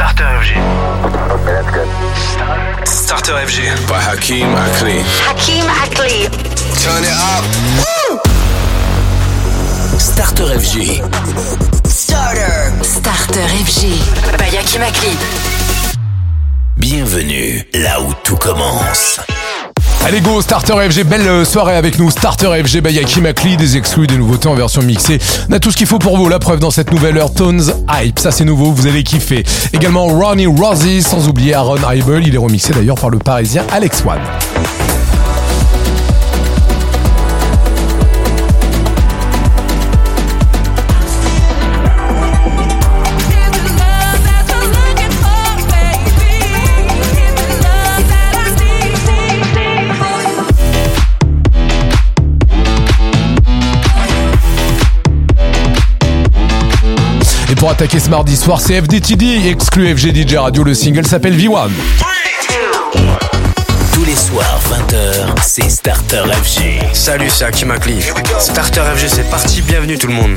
Starter FG. Okay, that's good. Starter FG. By Hakeem Akli. Hakeem Akli. Turn it up. Woo! Starter FG. Starter FG. By Hakeem Akli. Bienvenue là où tout commence. Allez go, Starter FG, belle soirée avec nous. Starter FG by Hakeem Akli, des exclus, des nouveautés en version mixée. On a tout ce qu'il faut pour vous, la preuve dans cette nouvelle heure. Tones Hype, ça c'est nouveau, vous allez kiffer. Également Ronnie Rosie, sans oublier Aaron Hybel, il est remixé d'ailleurs par le parisien Alex One. Et pour attaquer ce mardi soir, c'est FDTD, exclu FG DJ Radio, le single s'appelle V1. Tous les soirs, 20h, c'est Starter FG. Salut, c'est Hakeem Akli. Starter FG, c'est parti, bienvenue tout le monde.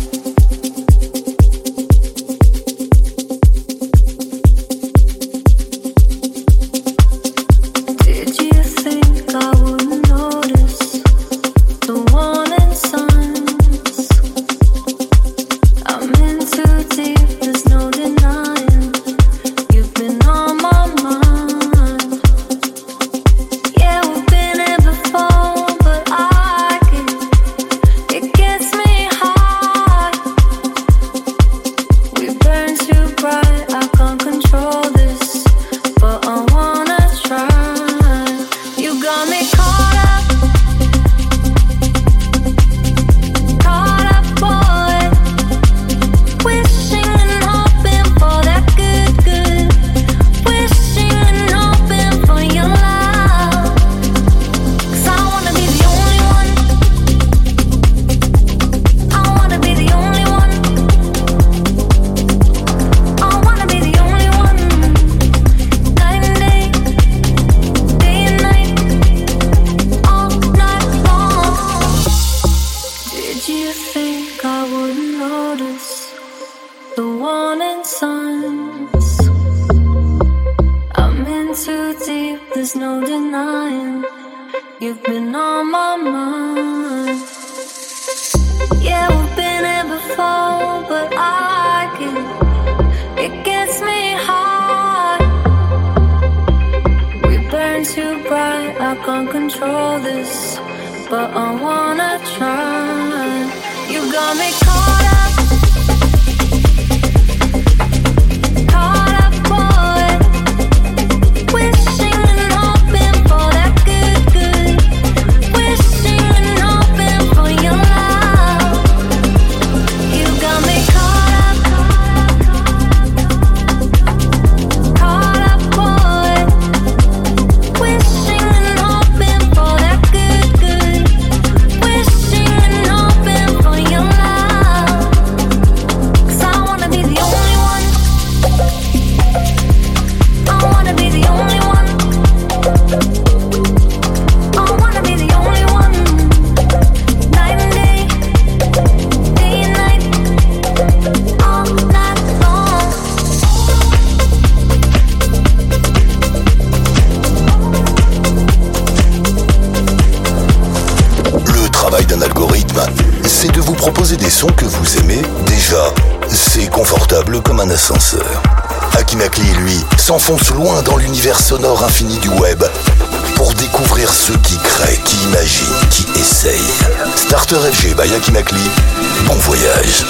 S'enfonce loin dans l'univers sonore infini du web pour découvrir ceux qui créent, qui imaginent, qui essayent. Starter FG by Hakeem Akli, bon voyage.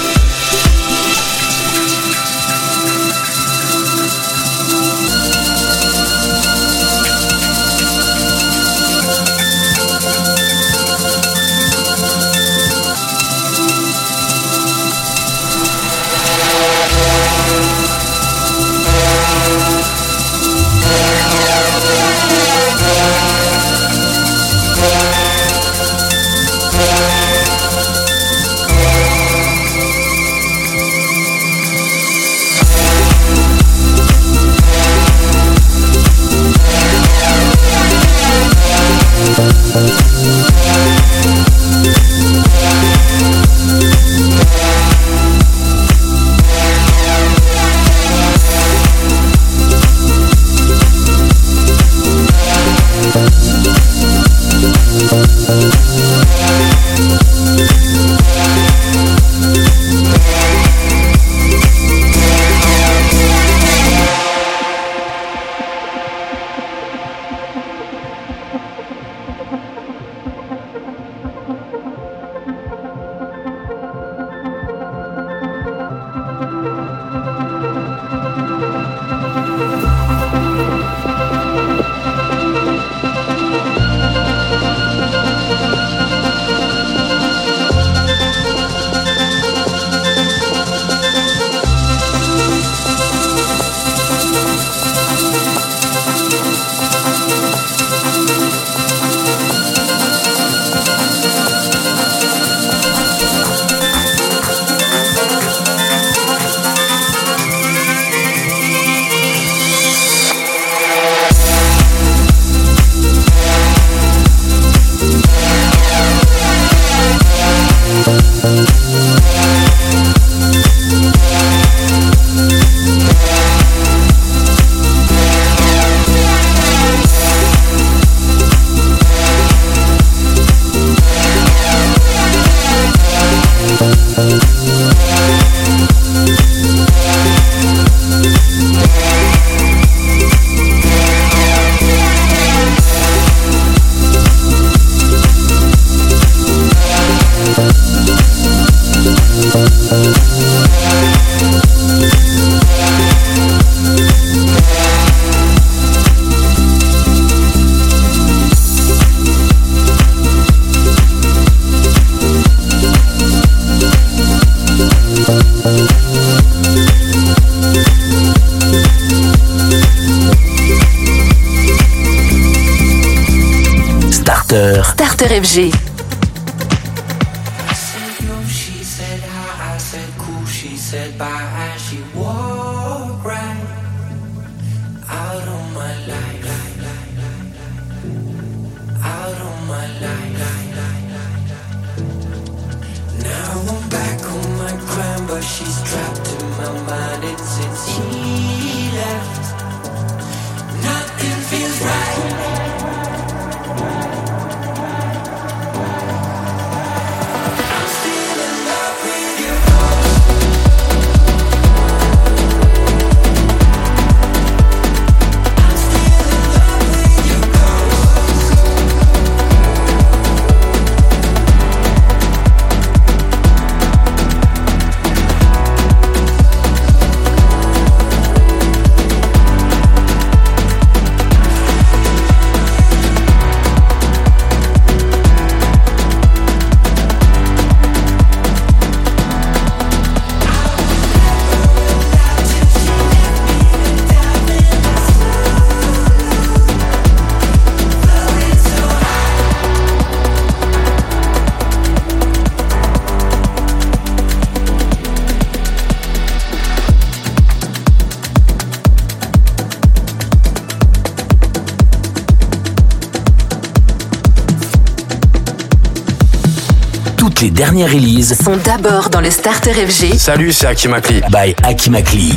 Starter FG. Les dernières releases sont d'abord dans le Starter FG. Salut, c'est Hakim Akli. By Hakim Akli.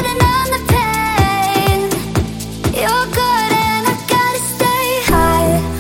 You're good and I gotta stay high.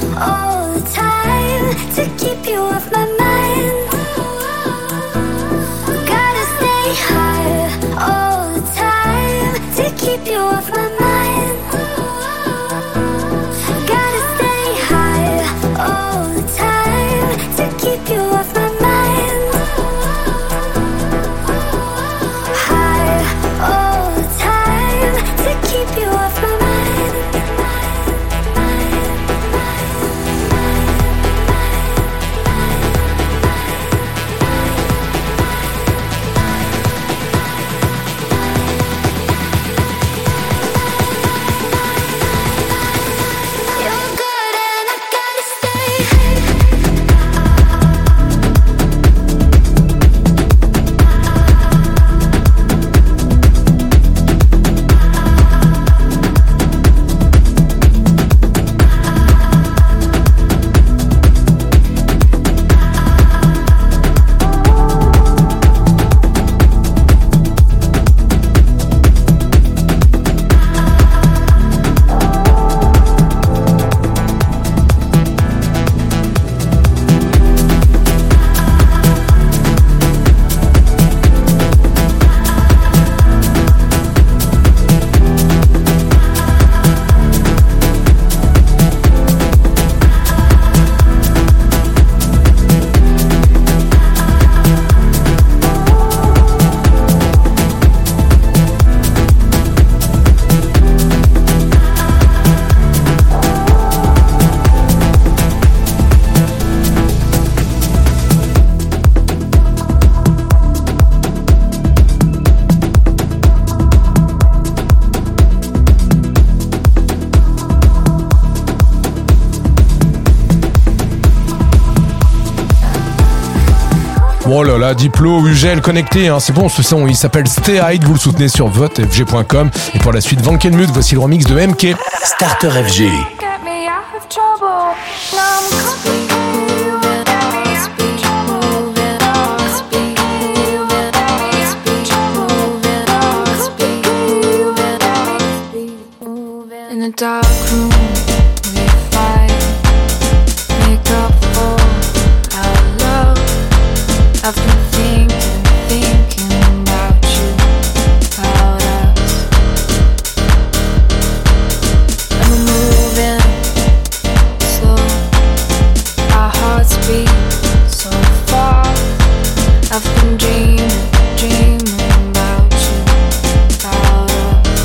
Oh là là, Diplo, Ugel, connecté, hein, c'est bon ce son, il s'appelle Stay Hide, vous le soutenez sur votefg.com. Et pour la suite, Van Kenmuth, voici le remix de MK. Starter FG. In a dark room, we fight, make up for our love. I've been thinking about you, about us. And we're moving slow, our hearts beat so far. I've been dreaming about you, about us.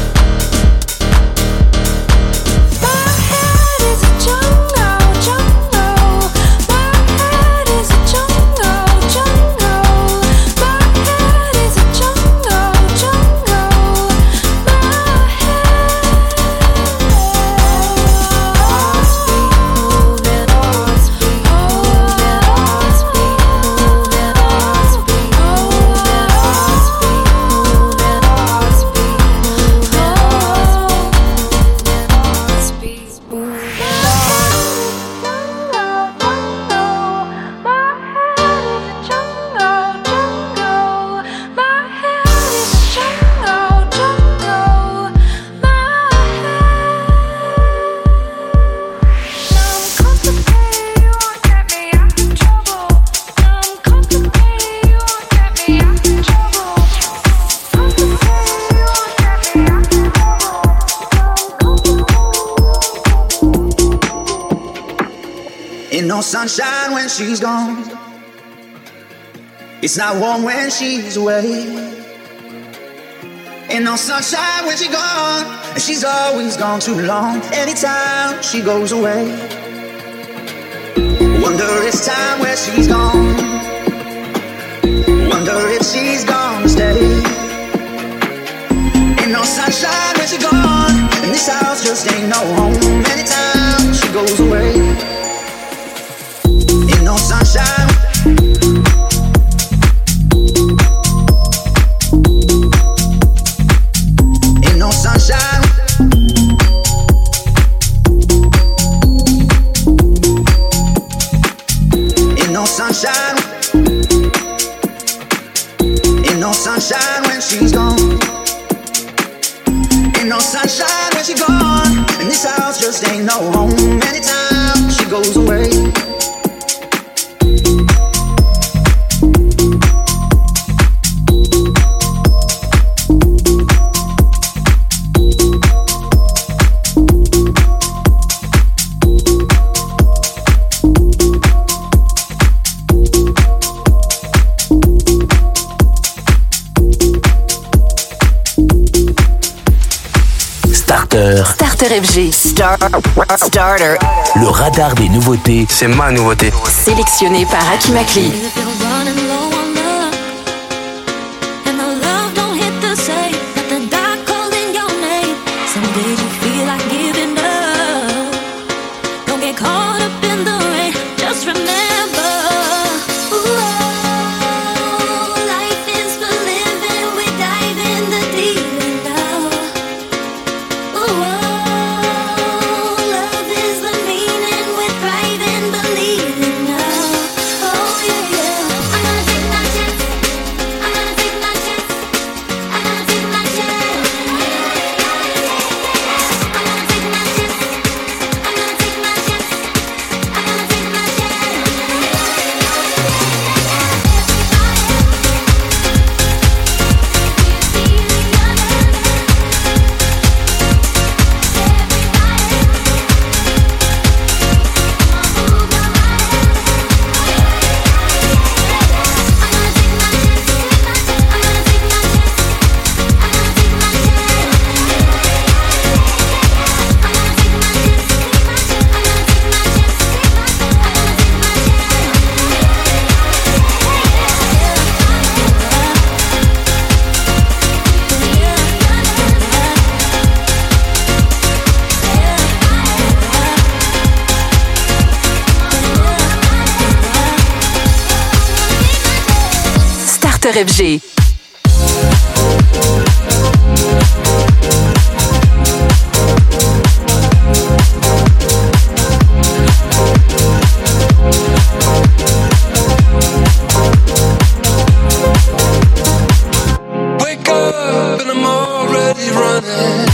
Ain't no sunshine when she's gone. It's not warm when she's away. Ain't no sunshine when she's gone, and she's always gone too long. Anytime she goes away, wonder it's time where she's gone. Wonder if she's gonna stay. Ain't no sunshine when she's gone, and this house just ain't no home. Anytime she goes away, ain't no sunshine. Ain't no sunshine. Ain't no sunshine. Ain't no sunshine when she's gone. Ain't no sunshine when she's gone, and this house just ain't no home. Anytime she goes away. Starter FG. Starter. Le radar des nouveautés. C'est ma nouveauté. Sélectionné par Hakim Akli. I'm gonna take my chance. FG. Wake up and I'm already running.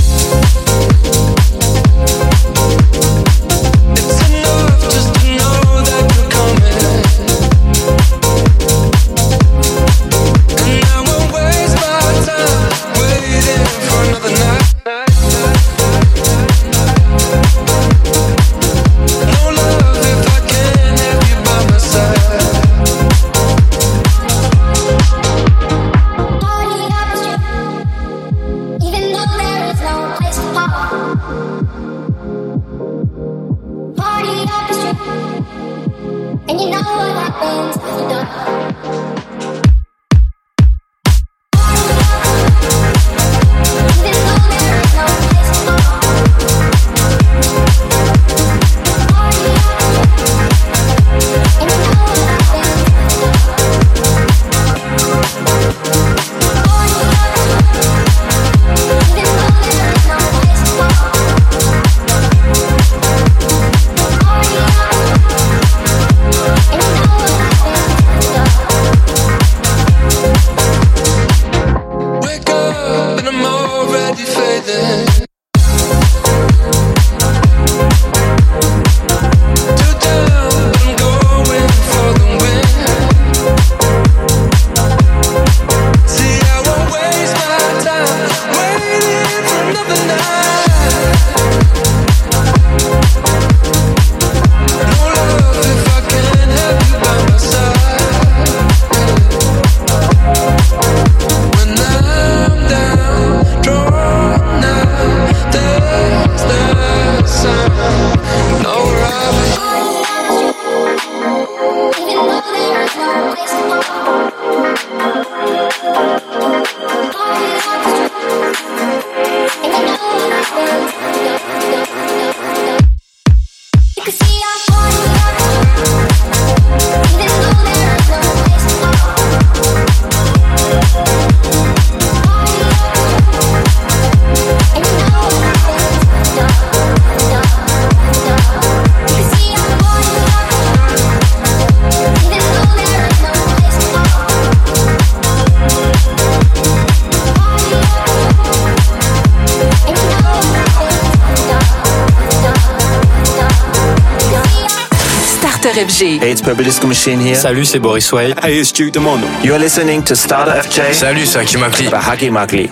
FG. Hey, it's Purple Disco Machine here. Salut, c'est Boris Way. Hey, it's Duke Demono. You're listening to Starter FJ. Salut, c'est Hakim Akli. By Hakim Akli.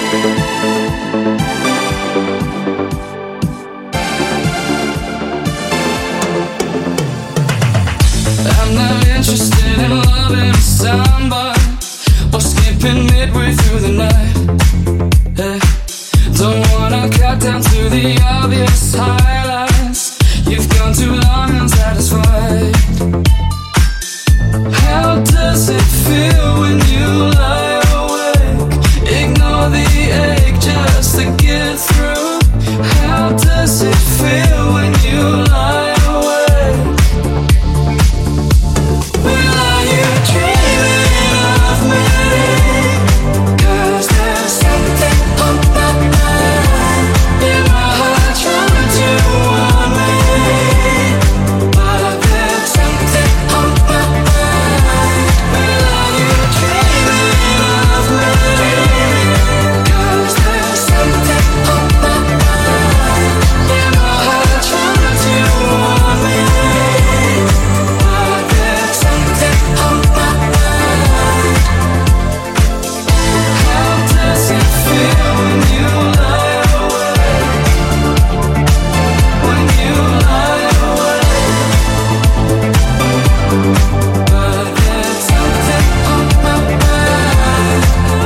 I'm not interested in loving somebody or skipping midway through the night. Hey, don't wanna cut down to the obvious highlights. You've gone too long unsatisfied. How does it feel when you lie awake? Ignore the ache just to get through. How does it feel when you lie awake? Well, are you dreaming of me? 'Cause there's something on my mind. In my heart trying to warn me. But there's something on my mind. Well, are you dreaming of me? 'Cause there's something on my mind. In my heart trying to warn me. But there's something on my mind. How does it feel when you lie awake? When you lie awake. But there's something on my mind.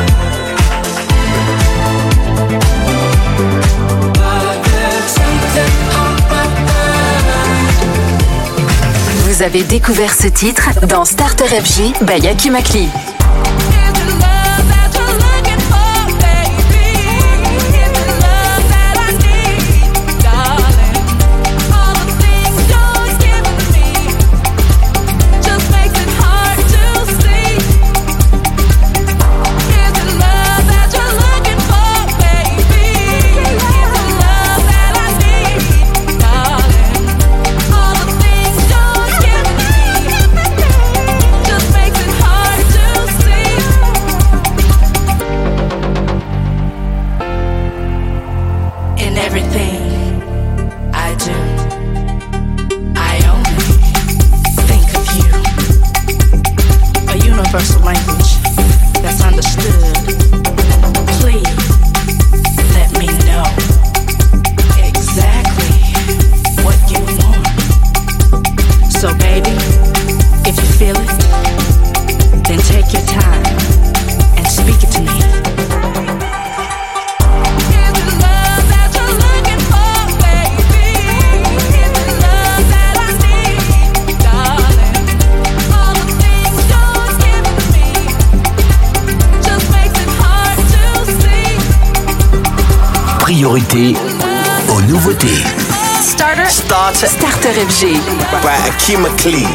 But there's something on my mind. Vous avez découvert ce titre dans Starter FG by Hakim Akli. priorité aux nouveautés. Starter FG. By Hakeem McLean.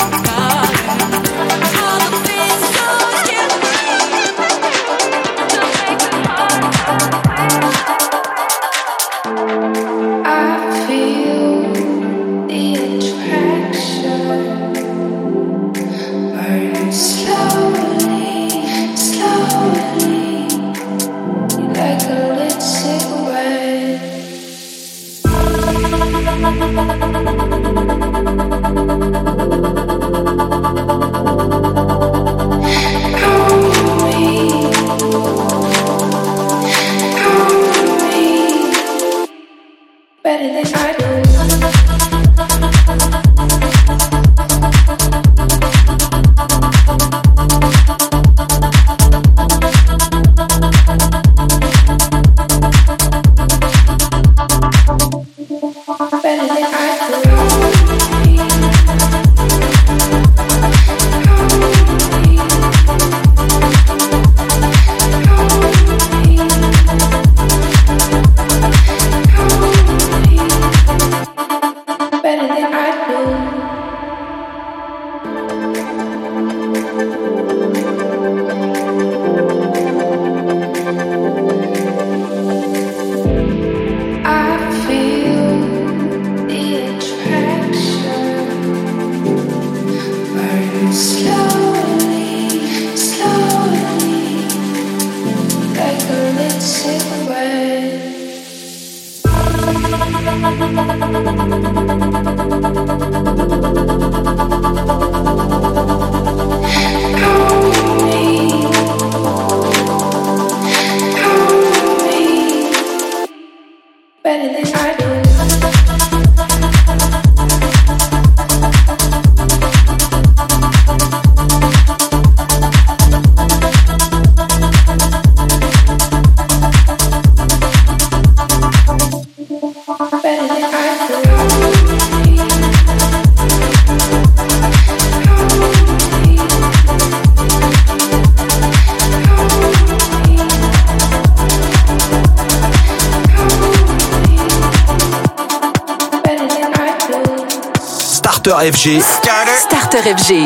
Starter FG. Starter FG.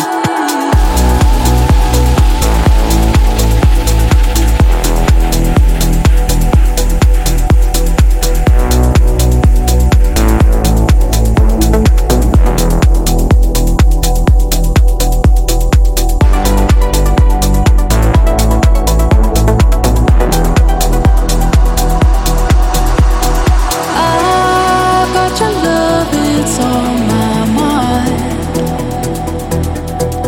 Got your love, it's on my mind.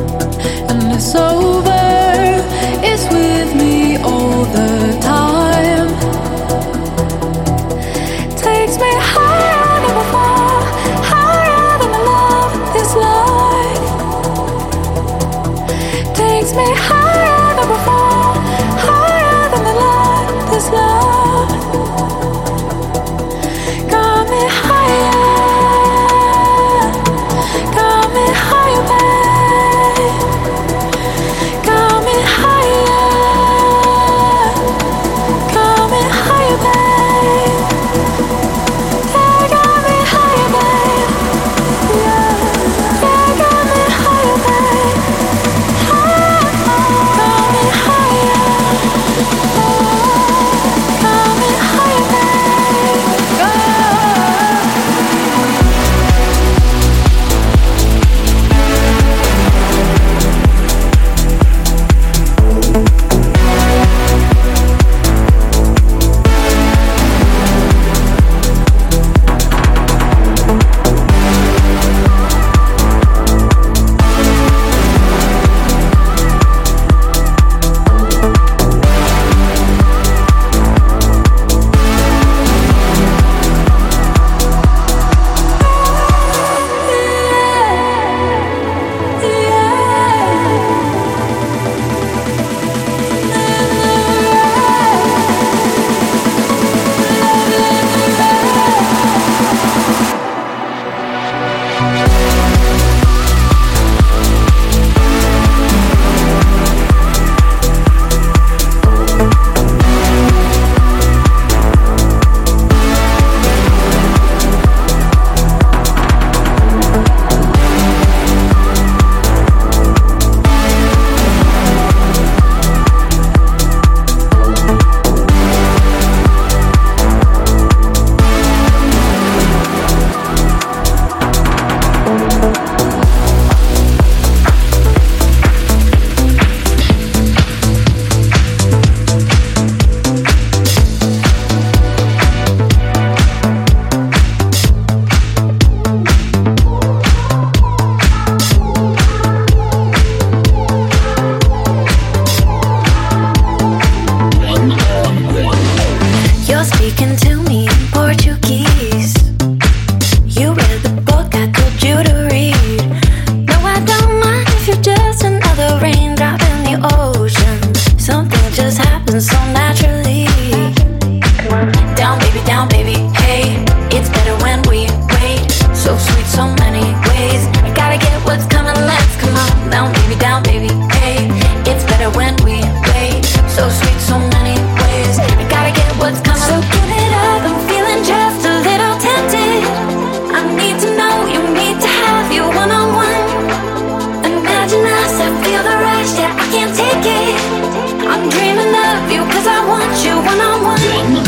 happen so naturally. Down, baby, hey. It's better when we wait. So sweet, so many ways. I gotta get what's coming, let's come on. Down, baby, hey. It's better when we wait. So sweet, so many ways. I gotta get what's coming. So give it up, I'm feeling just a little tempted. I need to know, you need to have you one-on-one. Imagine us, I feel the rush, yeah, I can't take it. I'm dreaming of you, cause I want you one-on-one.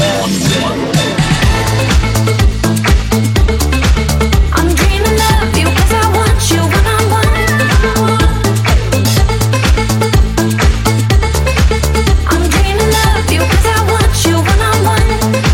I'm dreaming of you, cause I want you one-on-one. I'm dreaming of you, cause I want you one-on-one.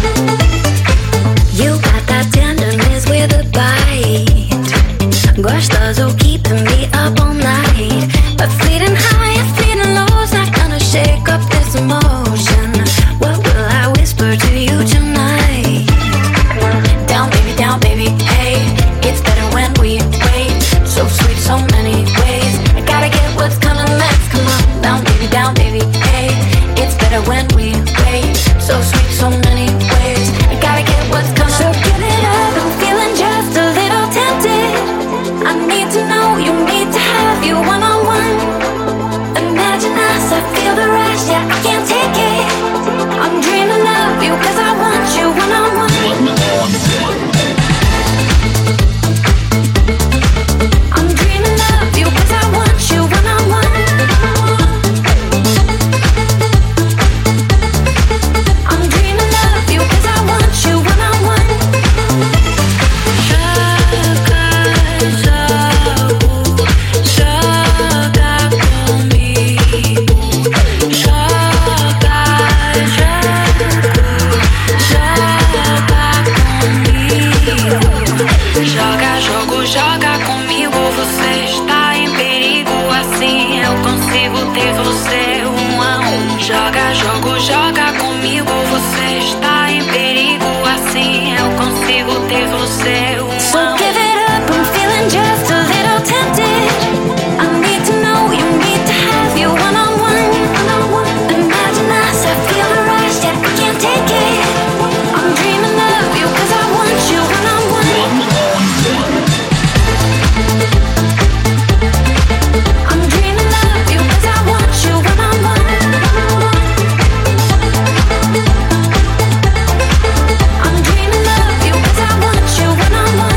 You got that tenderness with a bite. Gostoso, keeping me up all night. But feeling high, feeling low's not gonna shake up this emotion. What will I whisper to you tonight? Down, baby, hey. It's better when we wait. So sweet, so many ways. I gotta get what's coming, let's come on. Down, baby, hey. It's better when we wait. So sweet, so many ways. I gotta get what's coming. So give it up, I'm feeling just a little tempted. I need to know, you need to have you one-on-one. Imagine us, I feel the rush, yeah, I can't take it. I'm dreaming of you, cause I want you one-on-one. I'm dreaming of you, cause I want you one-on-one. I'm dreaming of you, cause I want you one-on-one. Joga, jogo, joga comigo. Você está em perigo. Assim eu consigo ter você 1 a 1. Joga, jogo, joga comigo. Você está em perigo. Assim eu consigo ter você 1 a 1. So give it up, I'm feeling just a little tempted. I need to know, you need to have you one-on-one. Imagine us, I feel the rush, yeah, I can't take it. I'm dreaming of you, cause I want you one-on-one. I'm dreaming of you, cause I want you one-on-one. I'm dreaming of you, cause I want you one-on-one.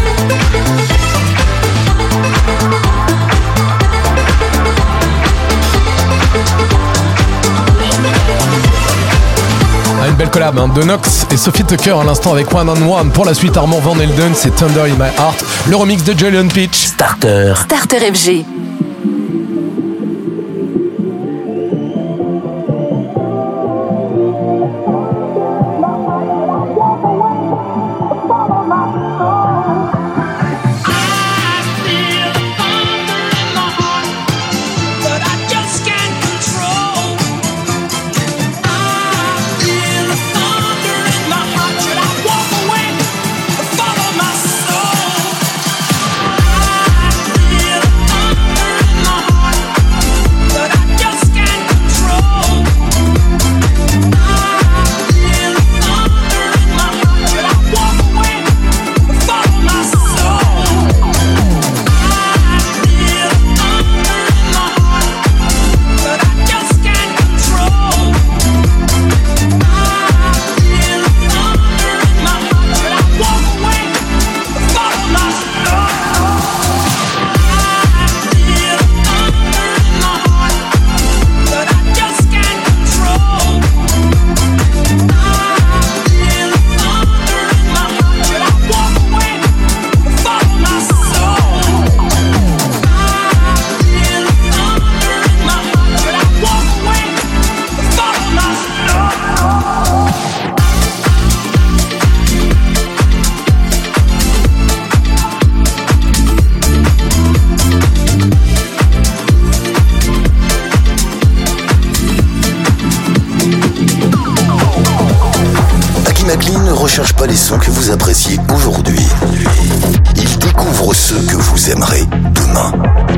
Ah, une belle collab hein, de Nox et Sophie Tucker à l'instant avec One on One. Pour la suite, Armand Van Helden, c'est Thunder in My Heart, le remix de Julian Peach. Starter FG. recherche pas les sons que vous appréciez aujourd'hui. Il découvre ceux que vous aimerez demain.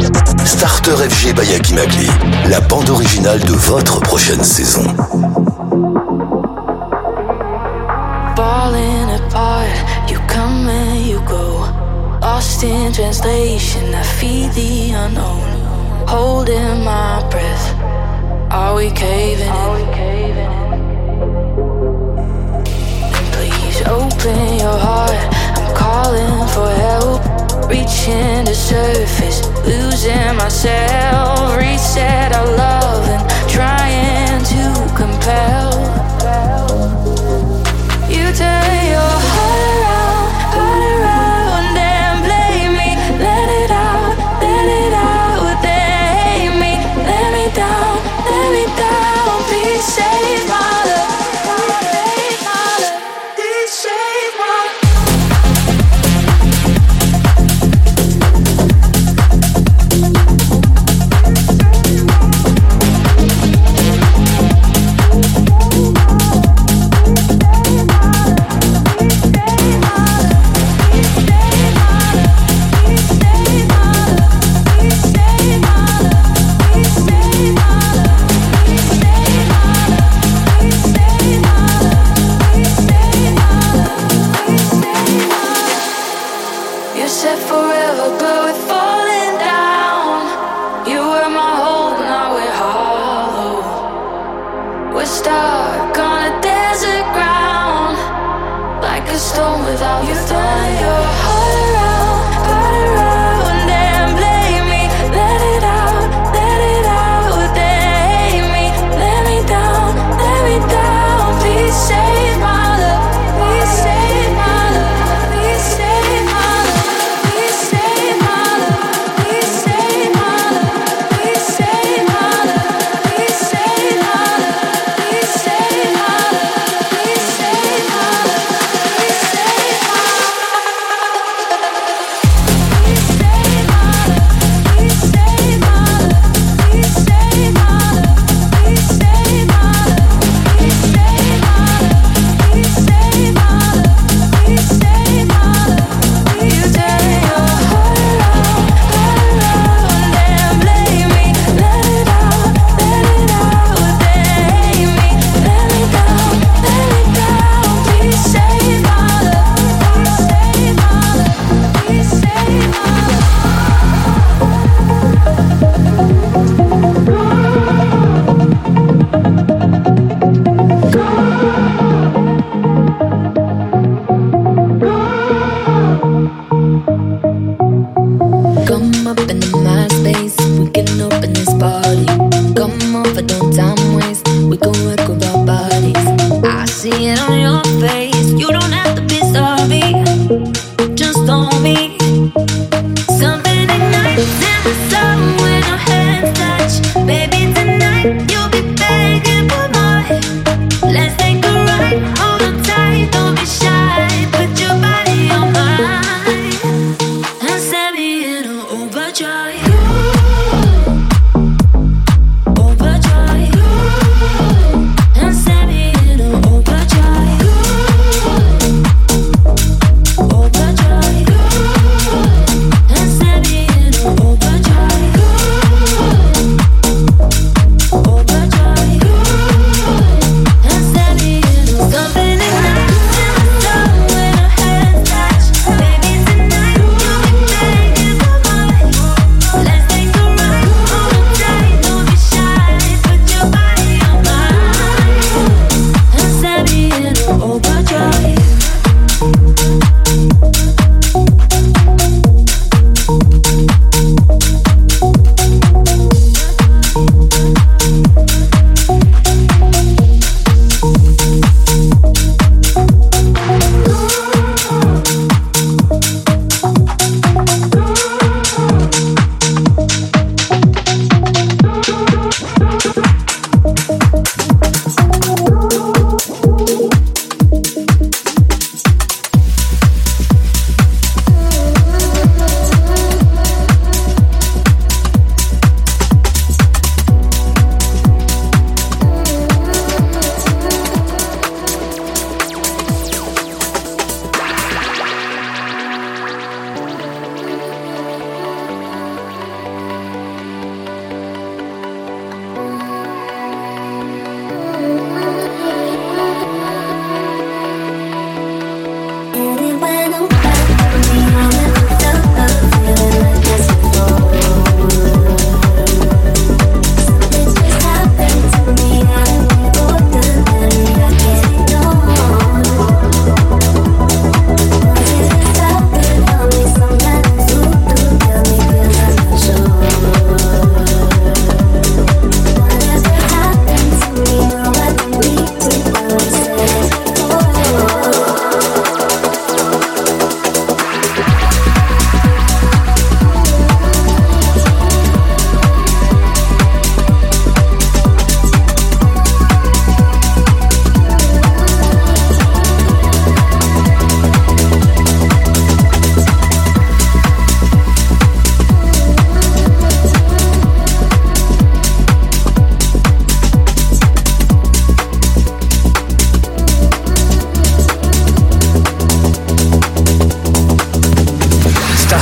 Starter FG by Hakim Akli, la bande originale de votre prochaine saison. falling apart. You come and you go. Lost in translation, I feed the unknown. Holding my breath. Are we caving in? And please open your heart. I'm calling for help. Reaching the surface, losing myself. Reset our love and trying to compel. You turn your heart around, then blame me. Let it out, then hate me. Let me down, please save my love. Please save my love. Overdrive.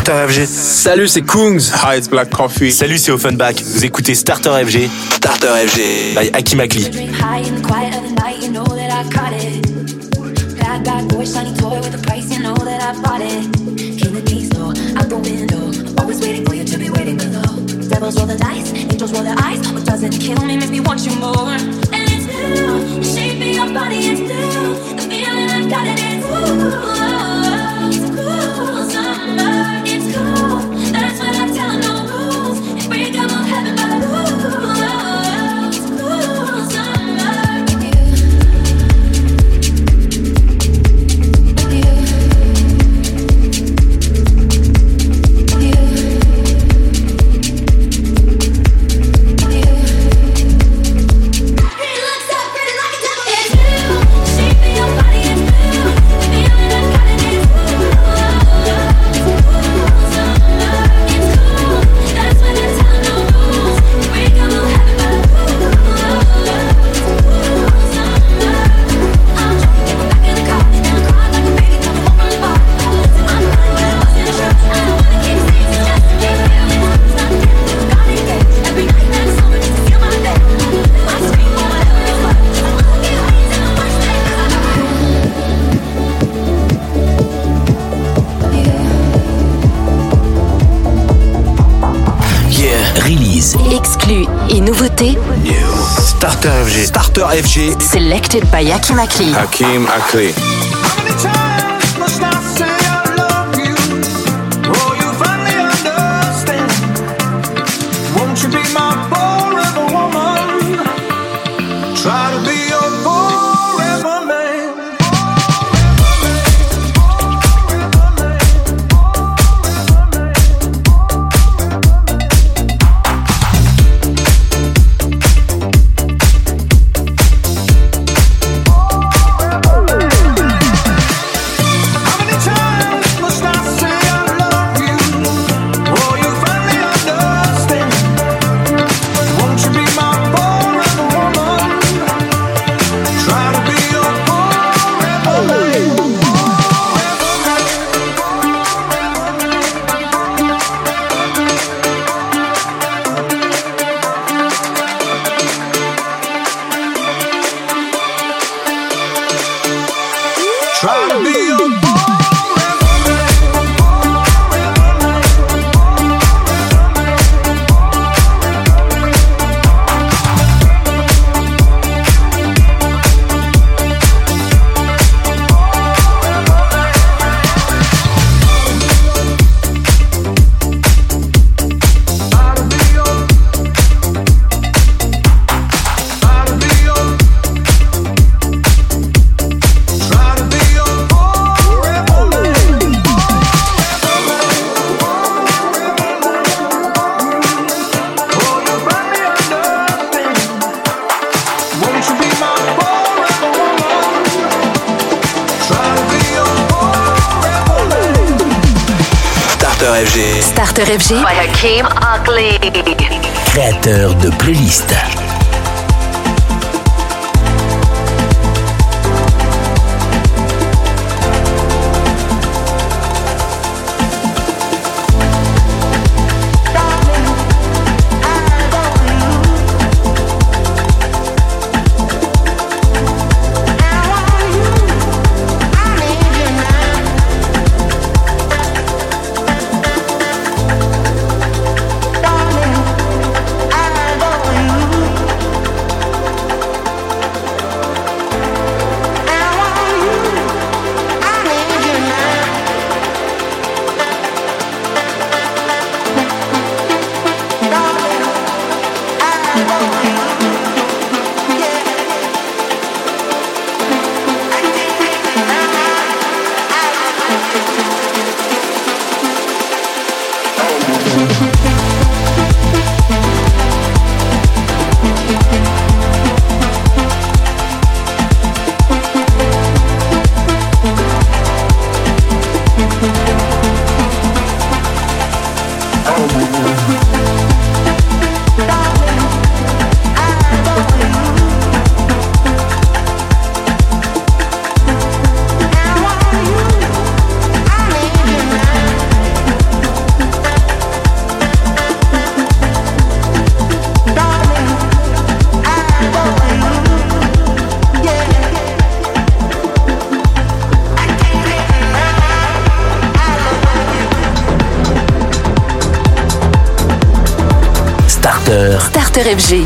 Starter FG. Salut, c'est Kungs. Hi, it's Black Coffee. Salut, c'est Offenbach. Vous écoutez Starter FG. Starter FG. By Hakim Akli. Bad boy, shiny toy with a price, you know that I bought it. King the keys, though, out the window. Always waiting for you to be waiting below. Devils roll the dice, angels roll their eyes. What doesn't kill me makes me want you more. And it's new, the shape of your body is new. The feeling I've got it is ooh, it's cool, summer, it's cool. That's what I'm telling, no rules. It's break up of heaven by the rules. It's cool, summer, with you. Release, exclu et nouveauté. Starter FG. Starter FG. Selected by Hakim Akli. Hakim Akli. Try to be your forever man. Try to be your Starter FG by Hakim Akli. Créateur de playlist. Starter. Starter FG.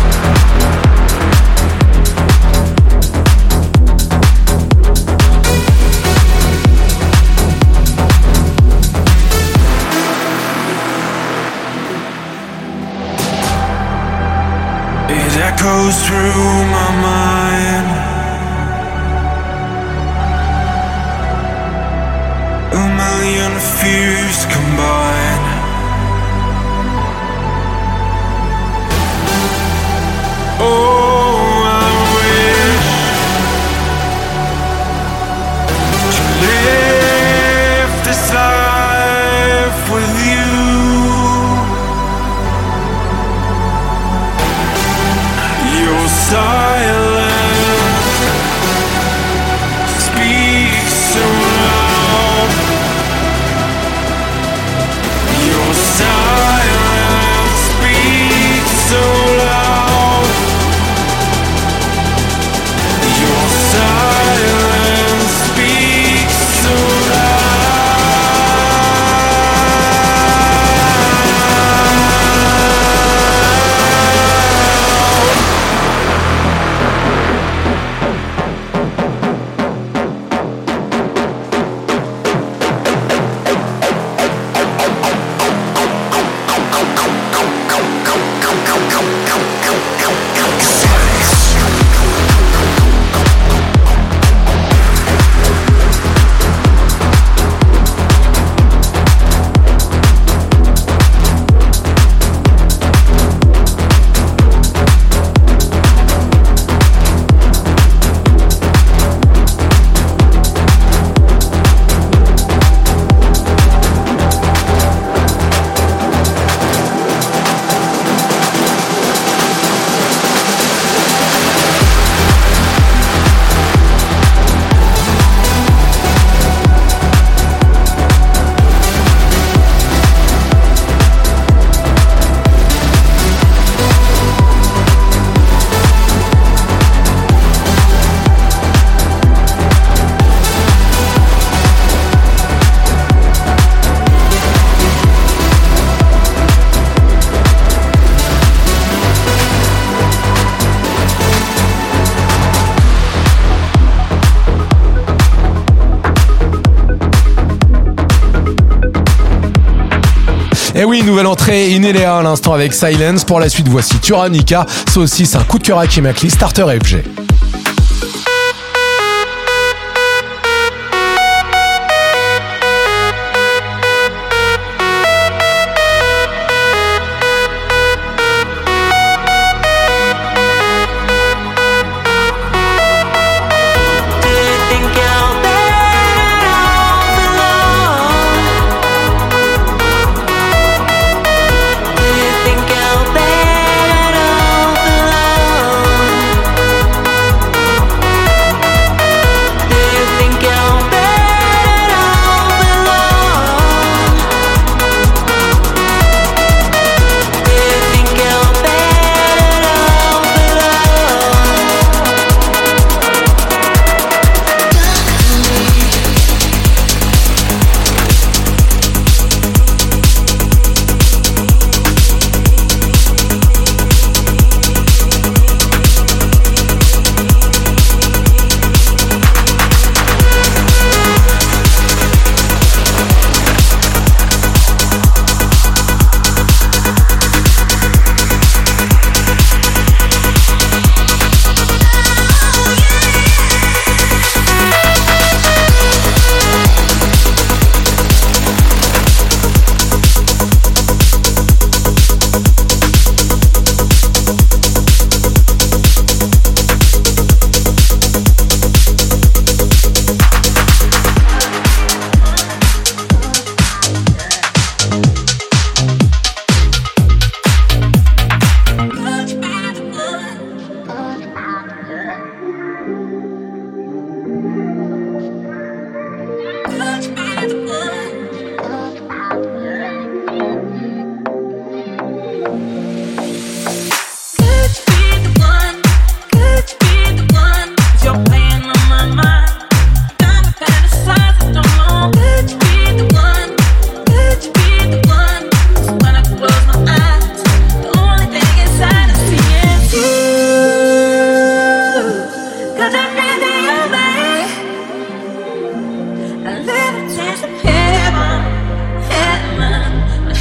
It echoes through my mind. A million fears combined. Oh, I wish to live this life with you. Your silence speaks so loud. Your silence speaks so loud. Your silence speaks so Et oui, nouvelle entrée Inéléa à l'instant avec Silence. Pour la suite, voici Turanica. Ça aussi, c'est un coup de cœur à Kimakli, Starter FG. think I'll bet all the love.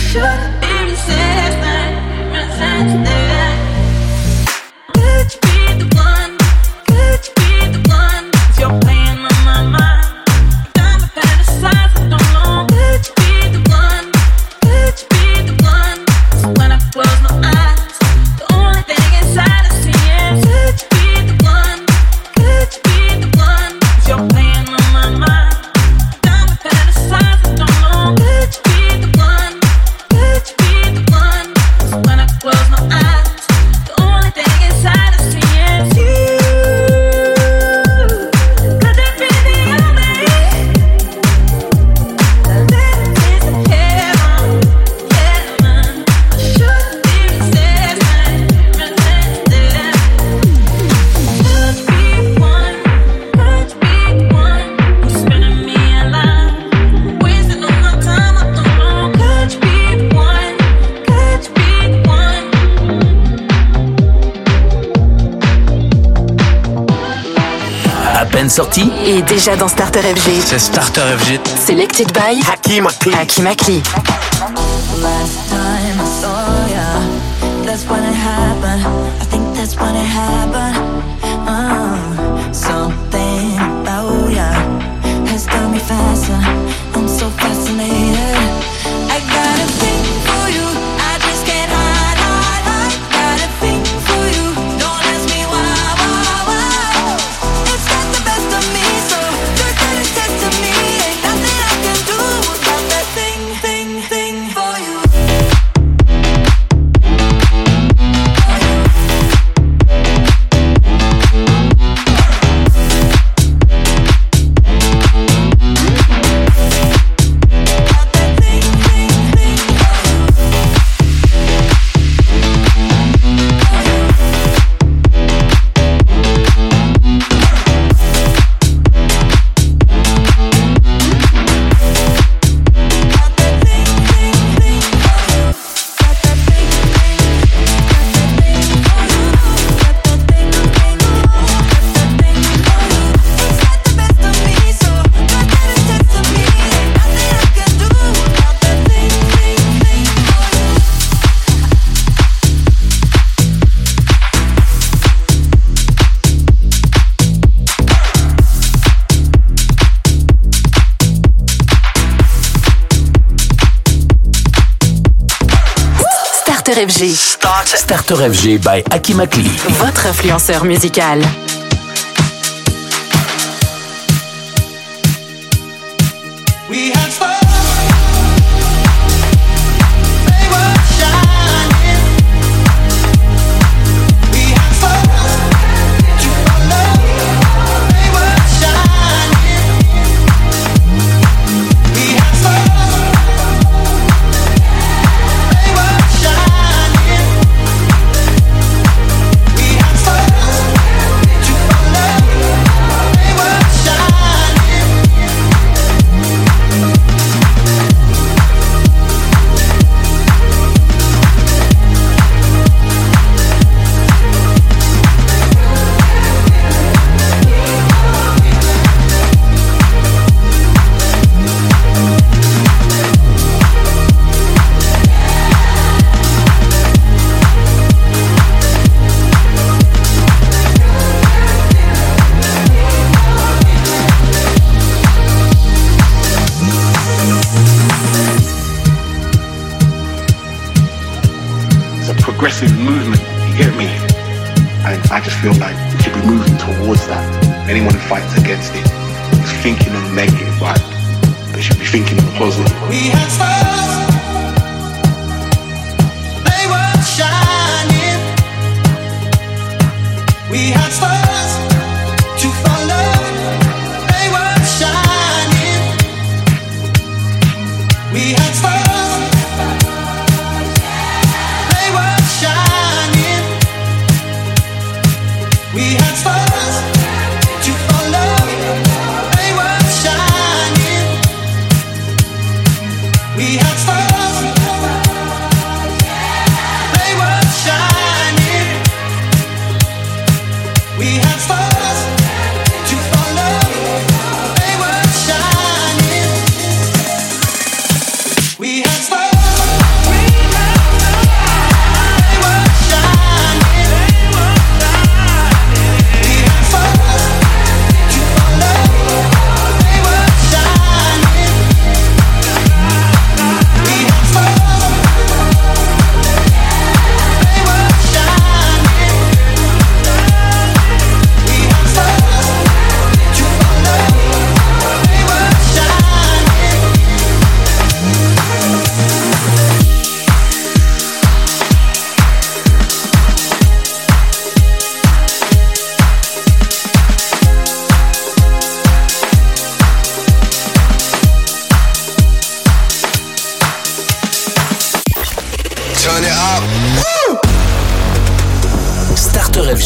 Sorti et déjà dans Starter FG. C'est Starter FG. Selected by Hakim Akli. Hakim Akli. Last time I saw ya, that's when it happened. I think that's when it happened. Something about ya has got me faster. I'm so fascinated. I got a thing for you. I just can't hide. Got a thing for you. Don't ask me why. It's got the best of me, so just let it test to me. Ain't nothing I can do about that thing for you. FG. Starter FG by Hakim Akli. Votre influenceur musical. We had fun. They were shining. We had fun. To follow. They were shining. We had fun. They were shining. We had fun. To follow. They were shining. It's a progressive movement, you get me? And I just feel like we should be moving towards that. Anyone who fights against it is thinking on the negative, right? They should be thinking on the positive. We had fun. They were shining. We had stars to follow. They were shining. We had stars. They were shining. We had stars to follow. They were shining. We had stars. They were shining. We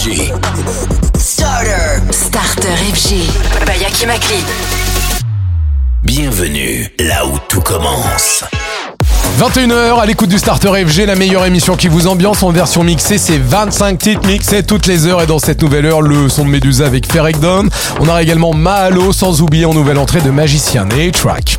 FG. Starter FG. By Hakim Akli. Bienvenue là où tout commence. 21h à l'écoute du Starter FG, la meilleure émission qui vous ambiance en version mixée. C'est 25 titres mixés toutes les heures. Et dans cette nouvelle heure, le son de Medusa avec Ferrekdom. On aura également Mahalo, sans oublier en nouvelle entrée de Magicien et A-Track.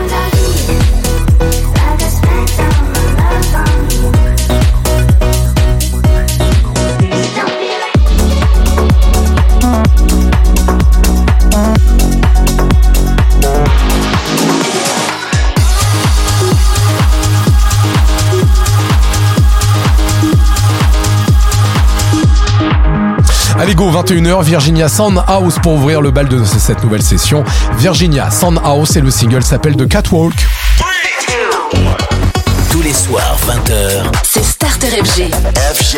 Allez go, 21h, Virginia Soundhouse pour ouvrir le bal de cette nouvelle session. Virginia Soundhouse et le single s'appelle The Catwalk. Tous les soirs, 20h. C'est Starter FG. FG.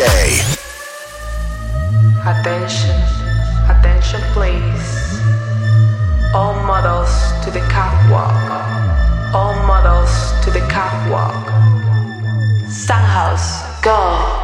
Attention, attention please. All models to the catwalk. All models to the catwalk. Soundhouse, go.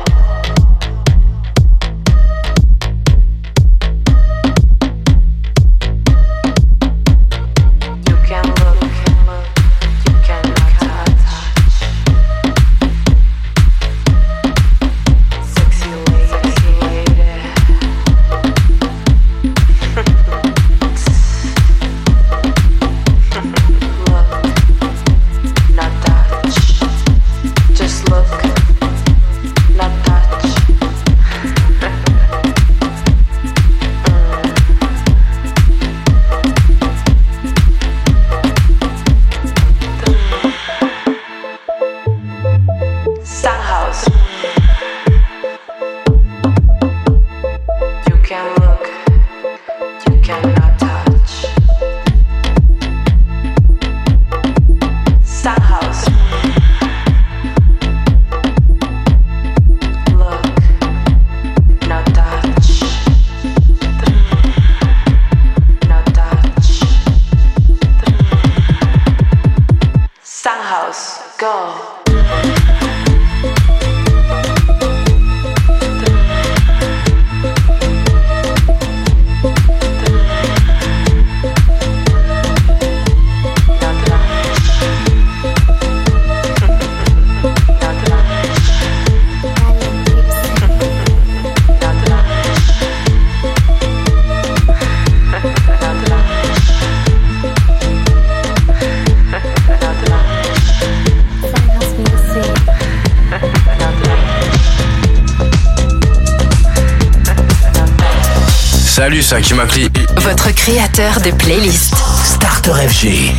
Salut, c'est Hakim Akli. Votre créateur de playlist. Starter FG.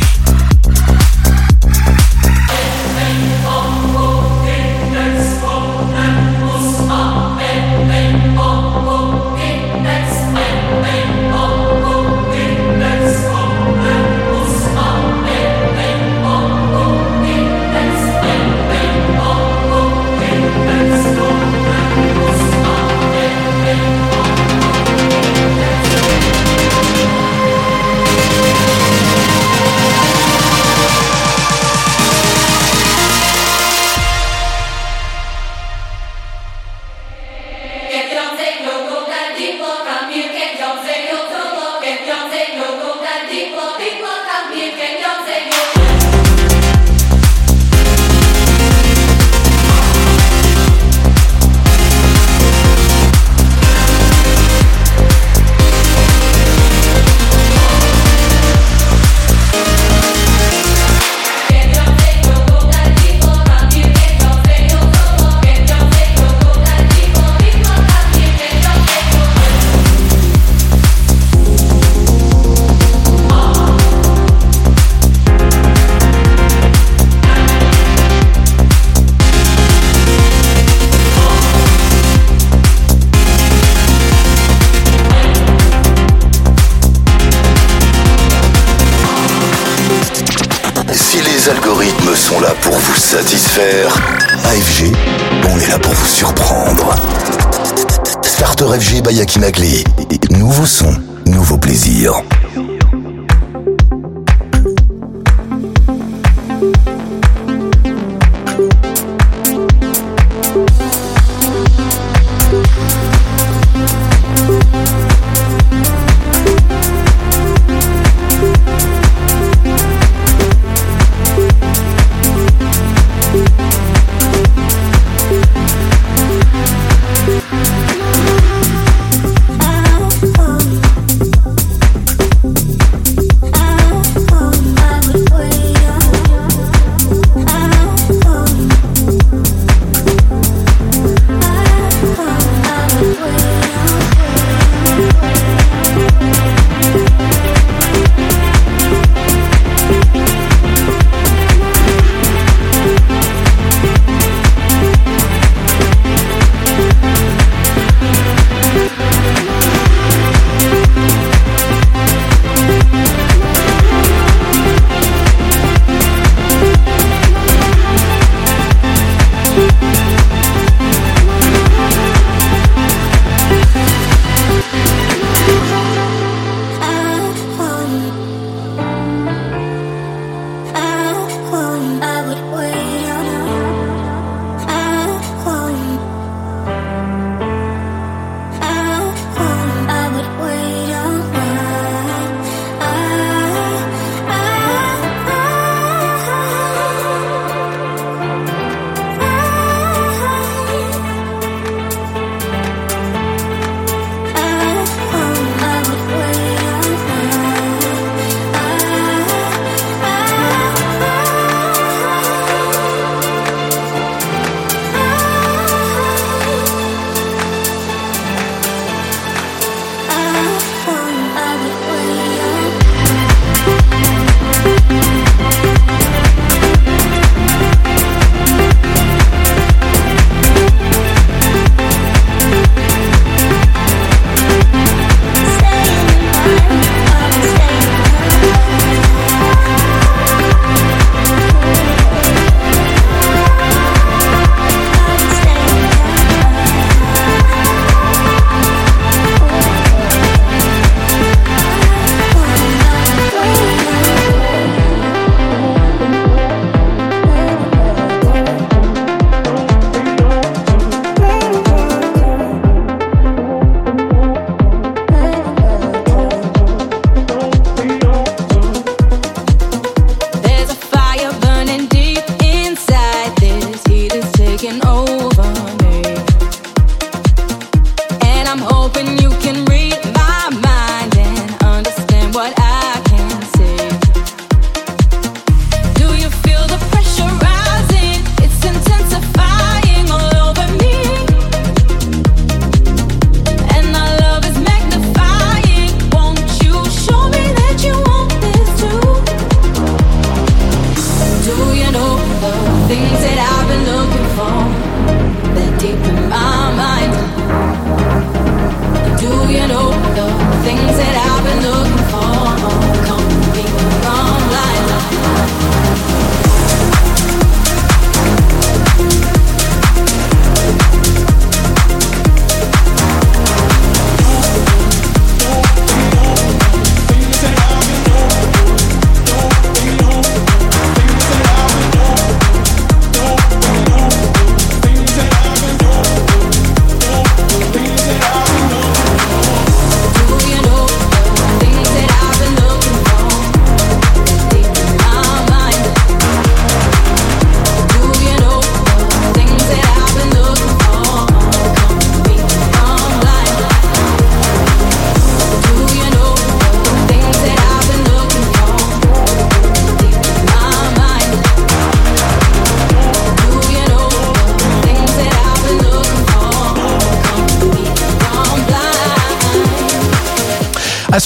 Les algorithmes sont là pour vous satisfaire. AFG, on est là pour vous surprendre. Starter FG by Hakim Akli. Nouveau son, nouveau plaisir.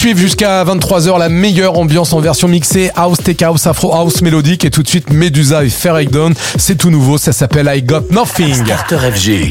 suivre jusqu'à 23h la meilleure ambiance en version mixée, house, tech house, afro house, mélodique. Et tout de suite, Medusa et Ferreidon. C'est tout nouveau, ça s'appelle I Got Nothing. Starter FG.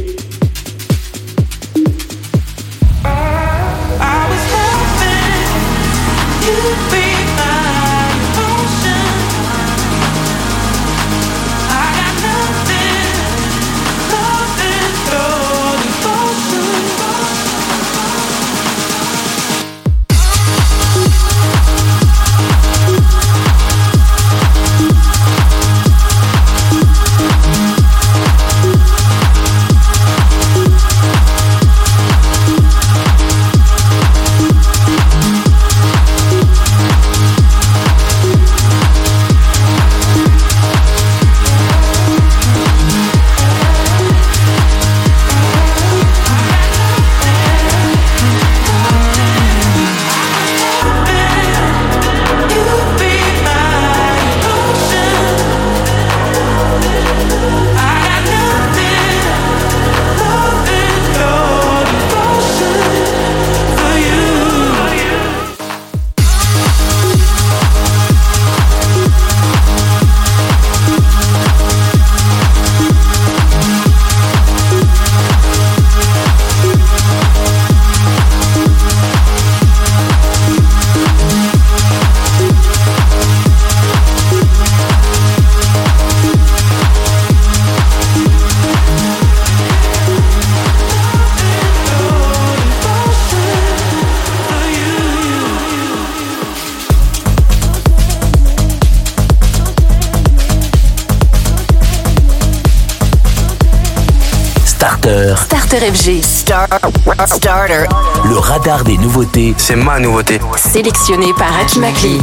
Starter FG. Starter. Le radar des nouveautés. C'est ma nouveauté. Sélectionné par Hakim Akli.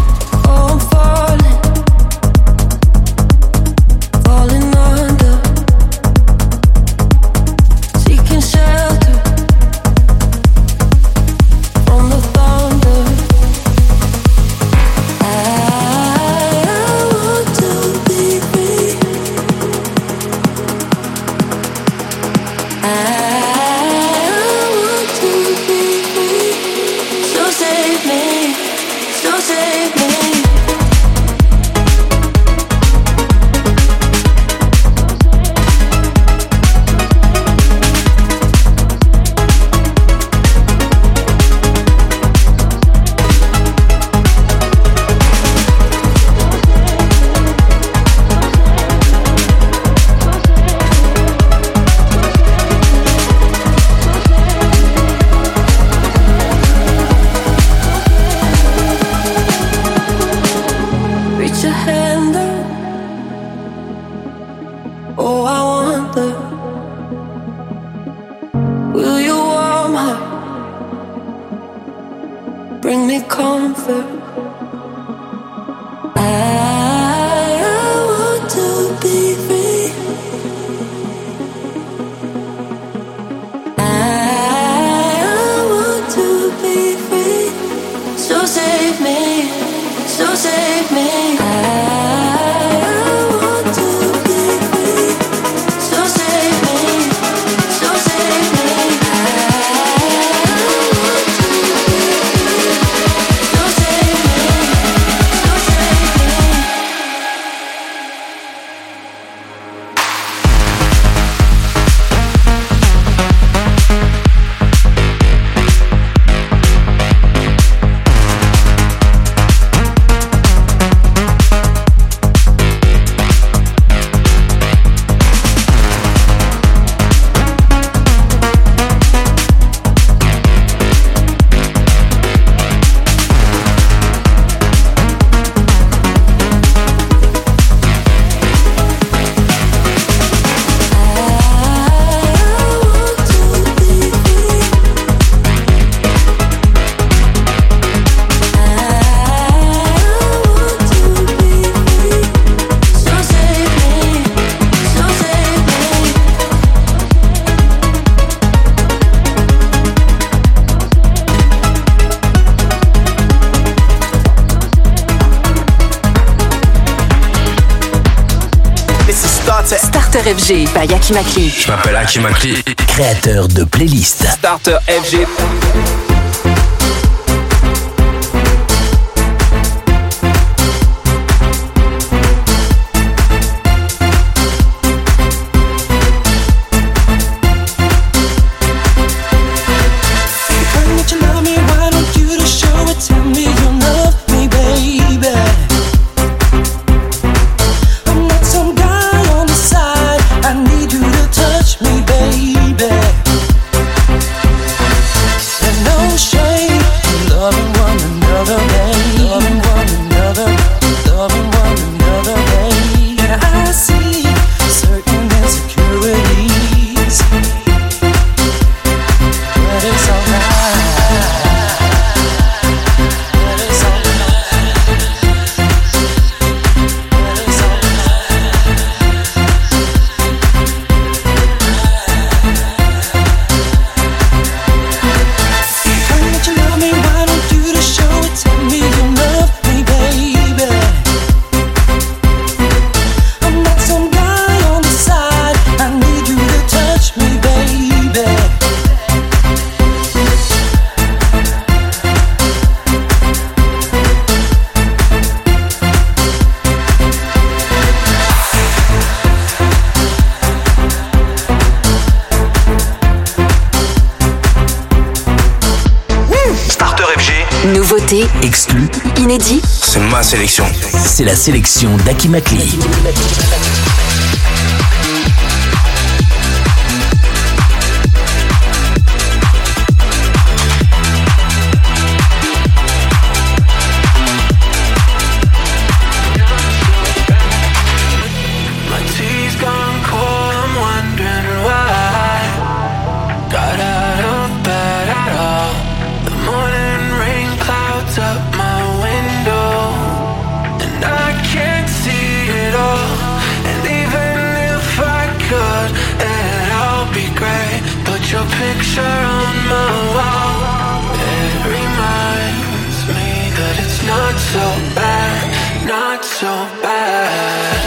Starter FG by Hakim Akli. Je m'appelle Hakim Akli, créateur de playlist. Starter FG. Exclu, Inédit, C'est ma sélection. c'est la sélection d'Aki Makli. My tea's gone cold, I'm wondering why. Got out of bed at all. The morning rain clouds up my window, and I can't see it all. And even if I could, it'd all be great. Put your picture on my wall. It reminds me that it's not so bad, not so bad.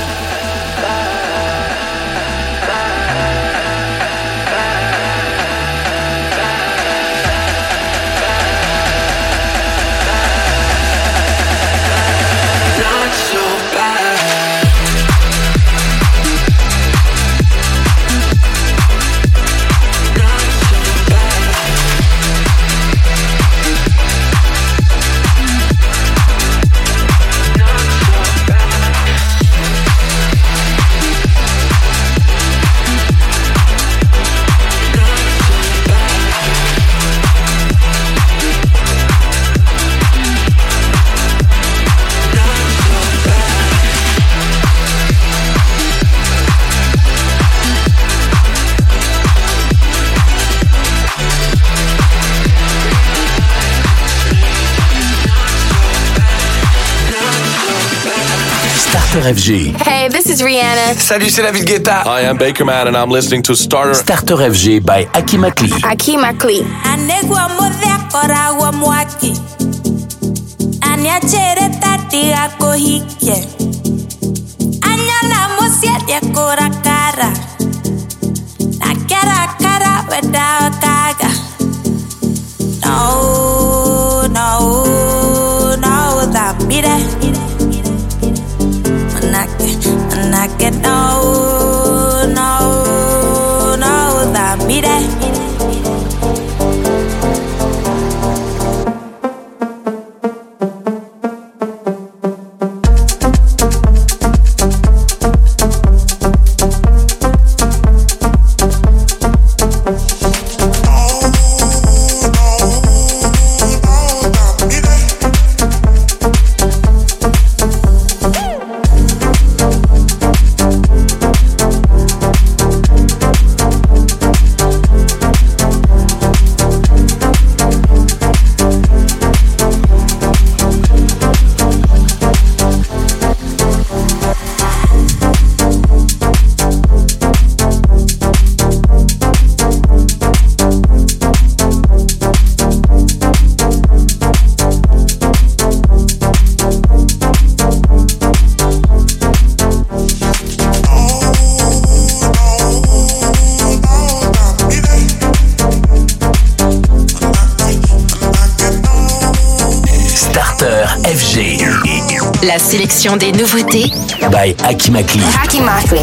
Not so bad. Not so bad. Starter FG. Hey, this is Rihanna. Salut, c'est David Guetta. I am Baker Man and I'm listening to Starter. Starter FG by Aki Makli. Aki Makli. Anegwa modhe kora wa mwaki Anyachere tati ako hike Anyana musia dia kora kara Na kara kara weda kaga No, no, no, that beat it Manake, no, no, no, that beat it la sélection des nouveautés by Aki Makli. Aki Makli.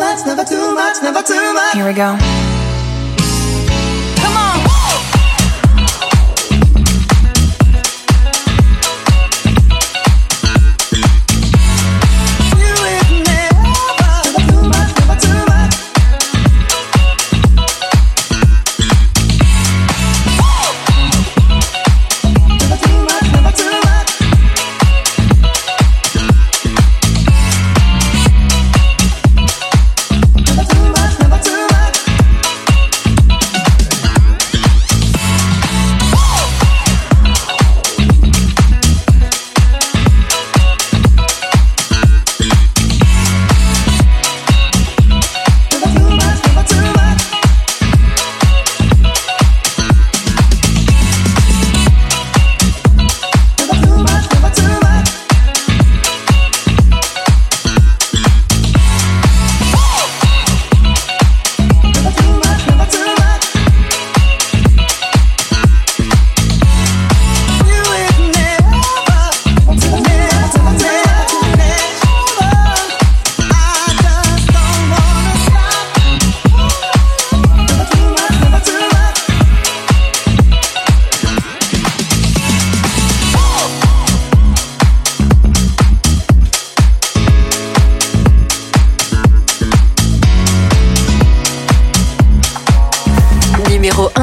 Here we go. Come on.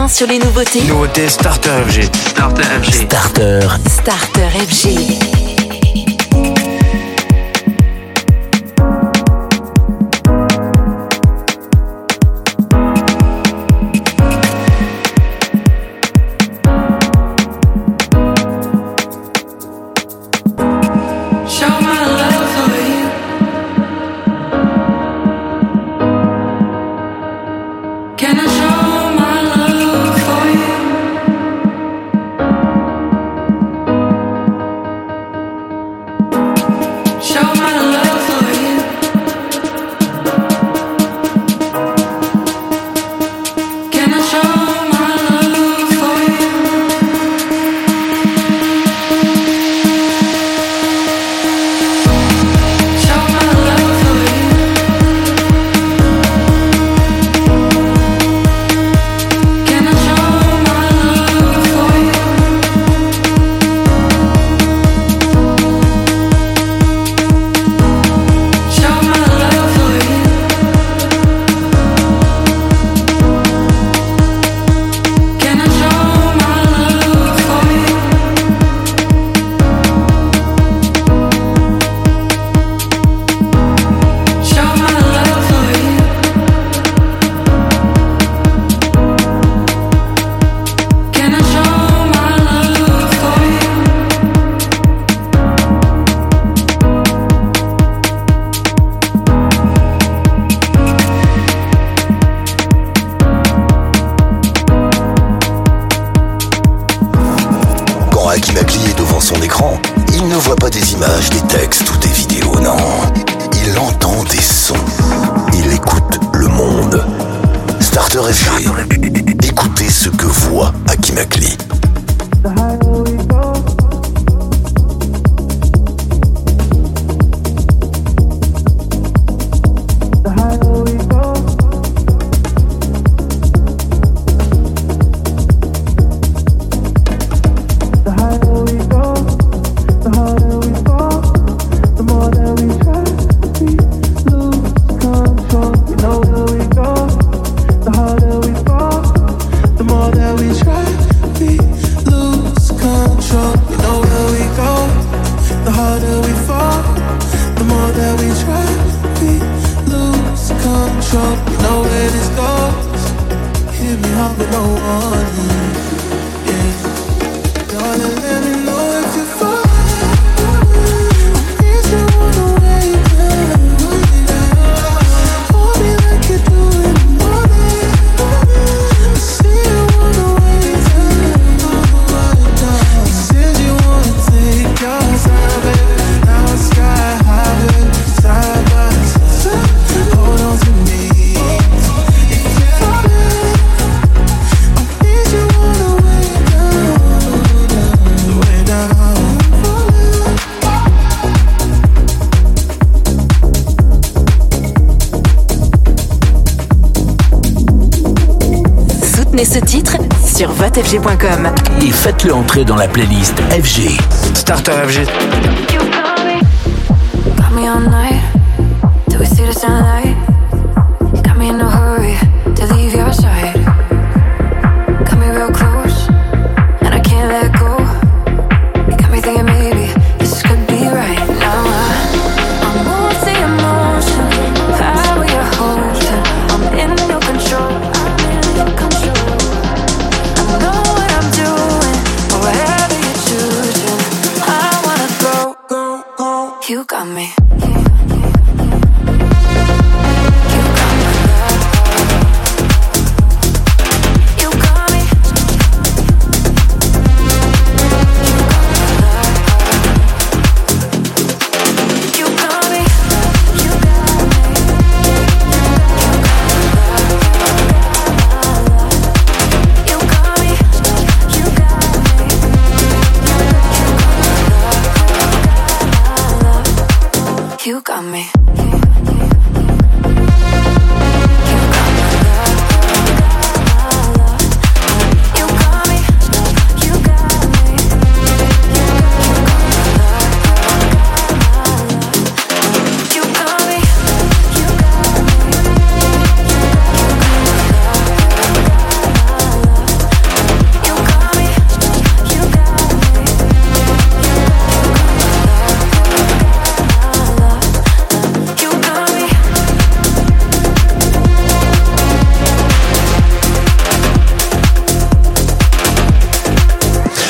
point sur les nouveautés. Nouveauté Starter FG. Starter FG. Starter FG. Écoutez ce que voit Hakim Akli. Ce titre sur votefg.com et faites-le entrer dans la playlist FG. Starter FG. Got me all night till we see the sunlight. Got me in a hurry to leave your side. Got me real close and I can't let go. You got me thinking maybe this could be right now. I'm moved to emotion, power you're holding. I'm in your control. You got me. You got me.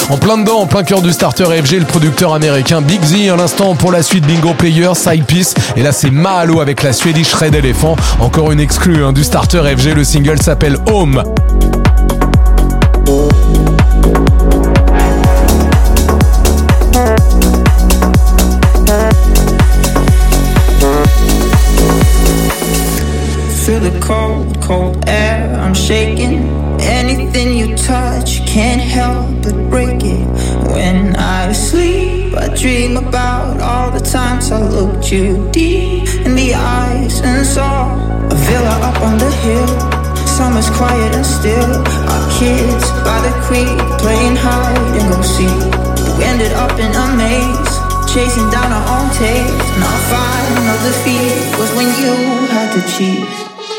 En plein dedans, en plein cœur du Starter FG, le producteur américain Big Z à l'instant pour la suite Bingo Player, Side Piece. Et là c'est Mahalo avec la Swedish Red Elephant. Encore une exclue du Starter FG, le single s'appelle Home. Feel the cold, cold air, I'm shaking. Anything you touch, can't help but break it. When I sleep, I dream about all the times I looked you deep in the eyes and saw a villa up on the hill. Summer's quiet and still. Our kids by the creek playing hide and go seek. We ended up in a maze, chasing down our own taste. And our final defeat was when you had to cheat.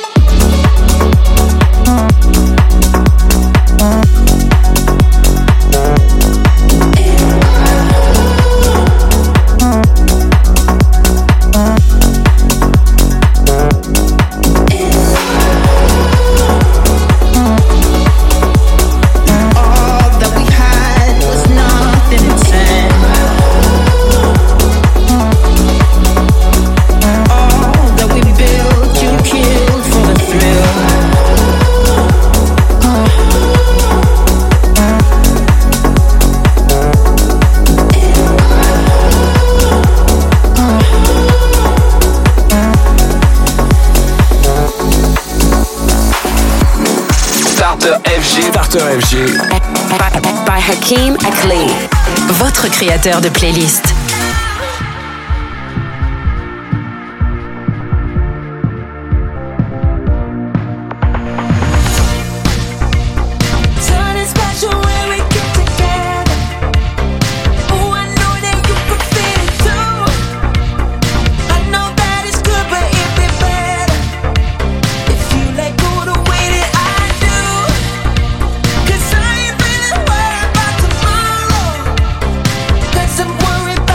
Starter FG by Hakeem Ackley, votre créateur de playlist. I'm worried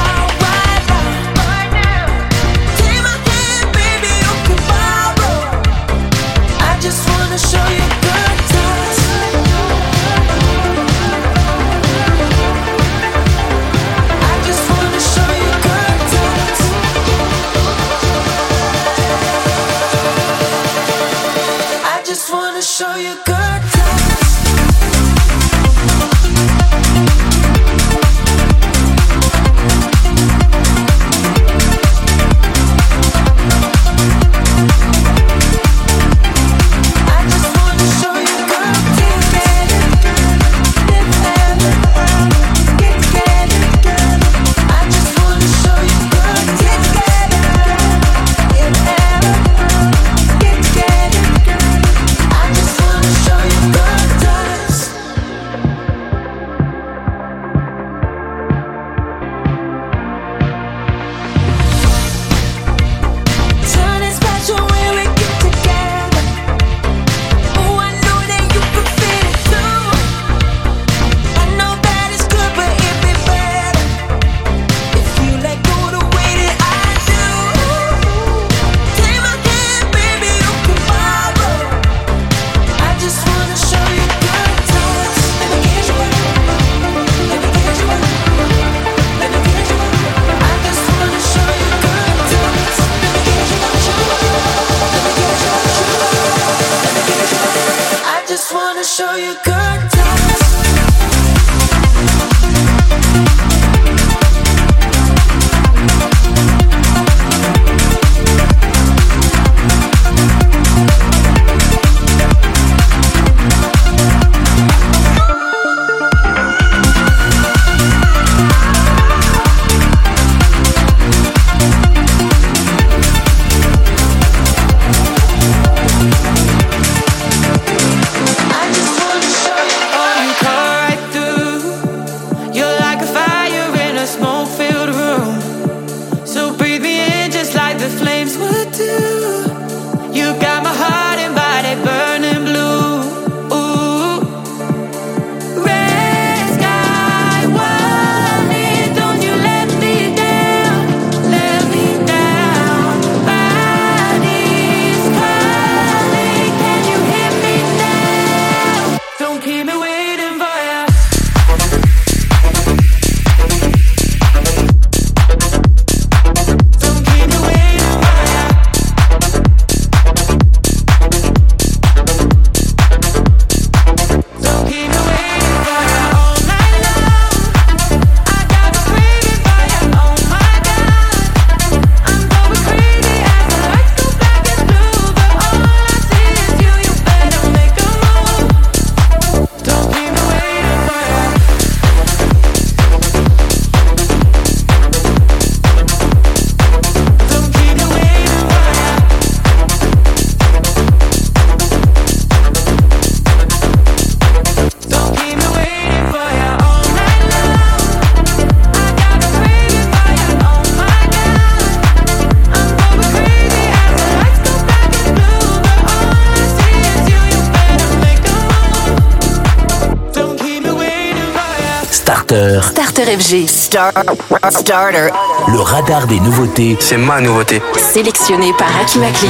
Starter. Starter FG. Starter. Le radar des nouveautés. C'est ma nouveauté. Sélectionné par Hakim Akli.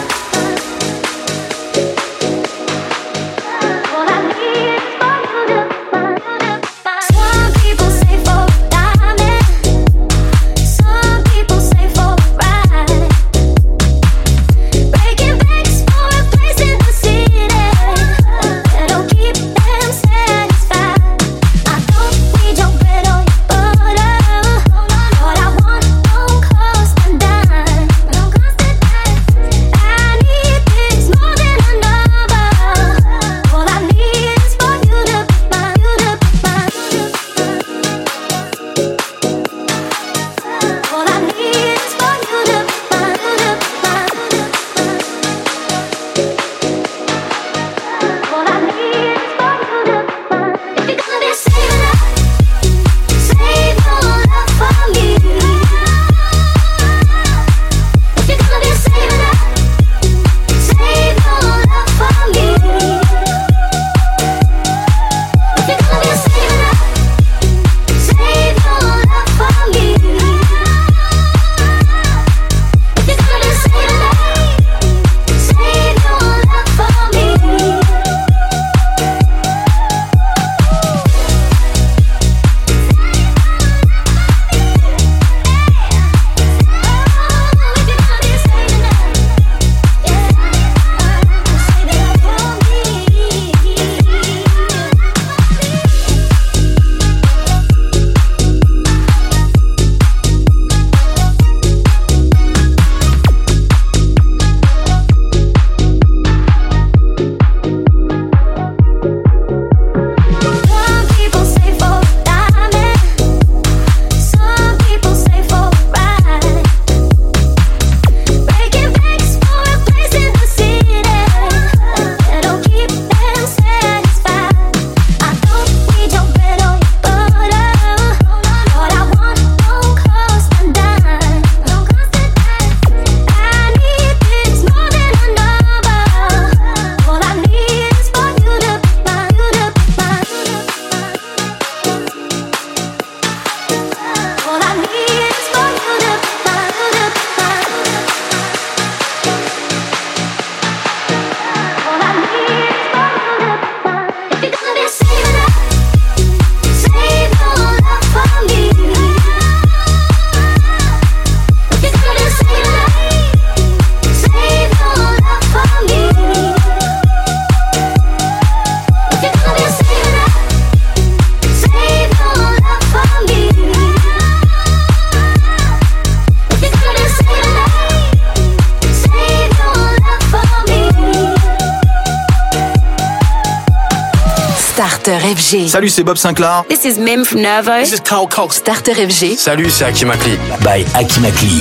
Starter FG. Salut, c'est Bob Sinclair. This is Mim from Nervo. This is Carl Cox. Starter FG. Salut, c'est Hakim Akli. By Hakim Akli.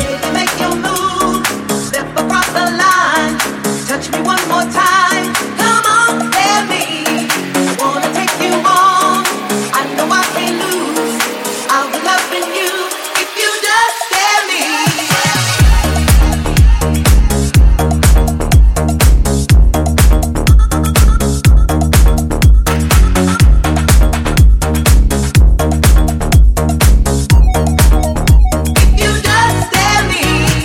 Me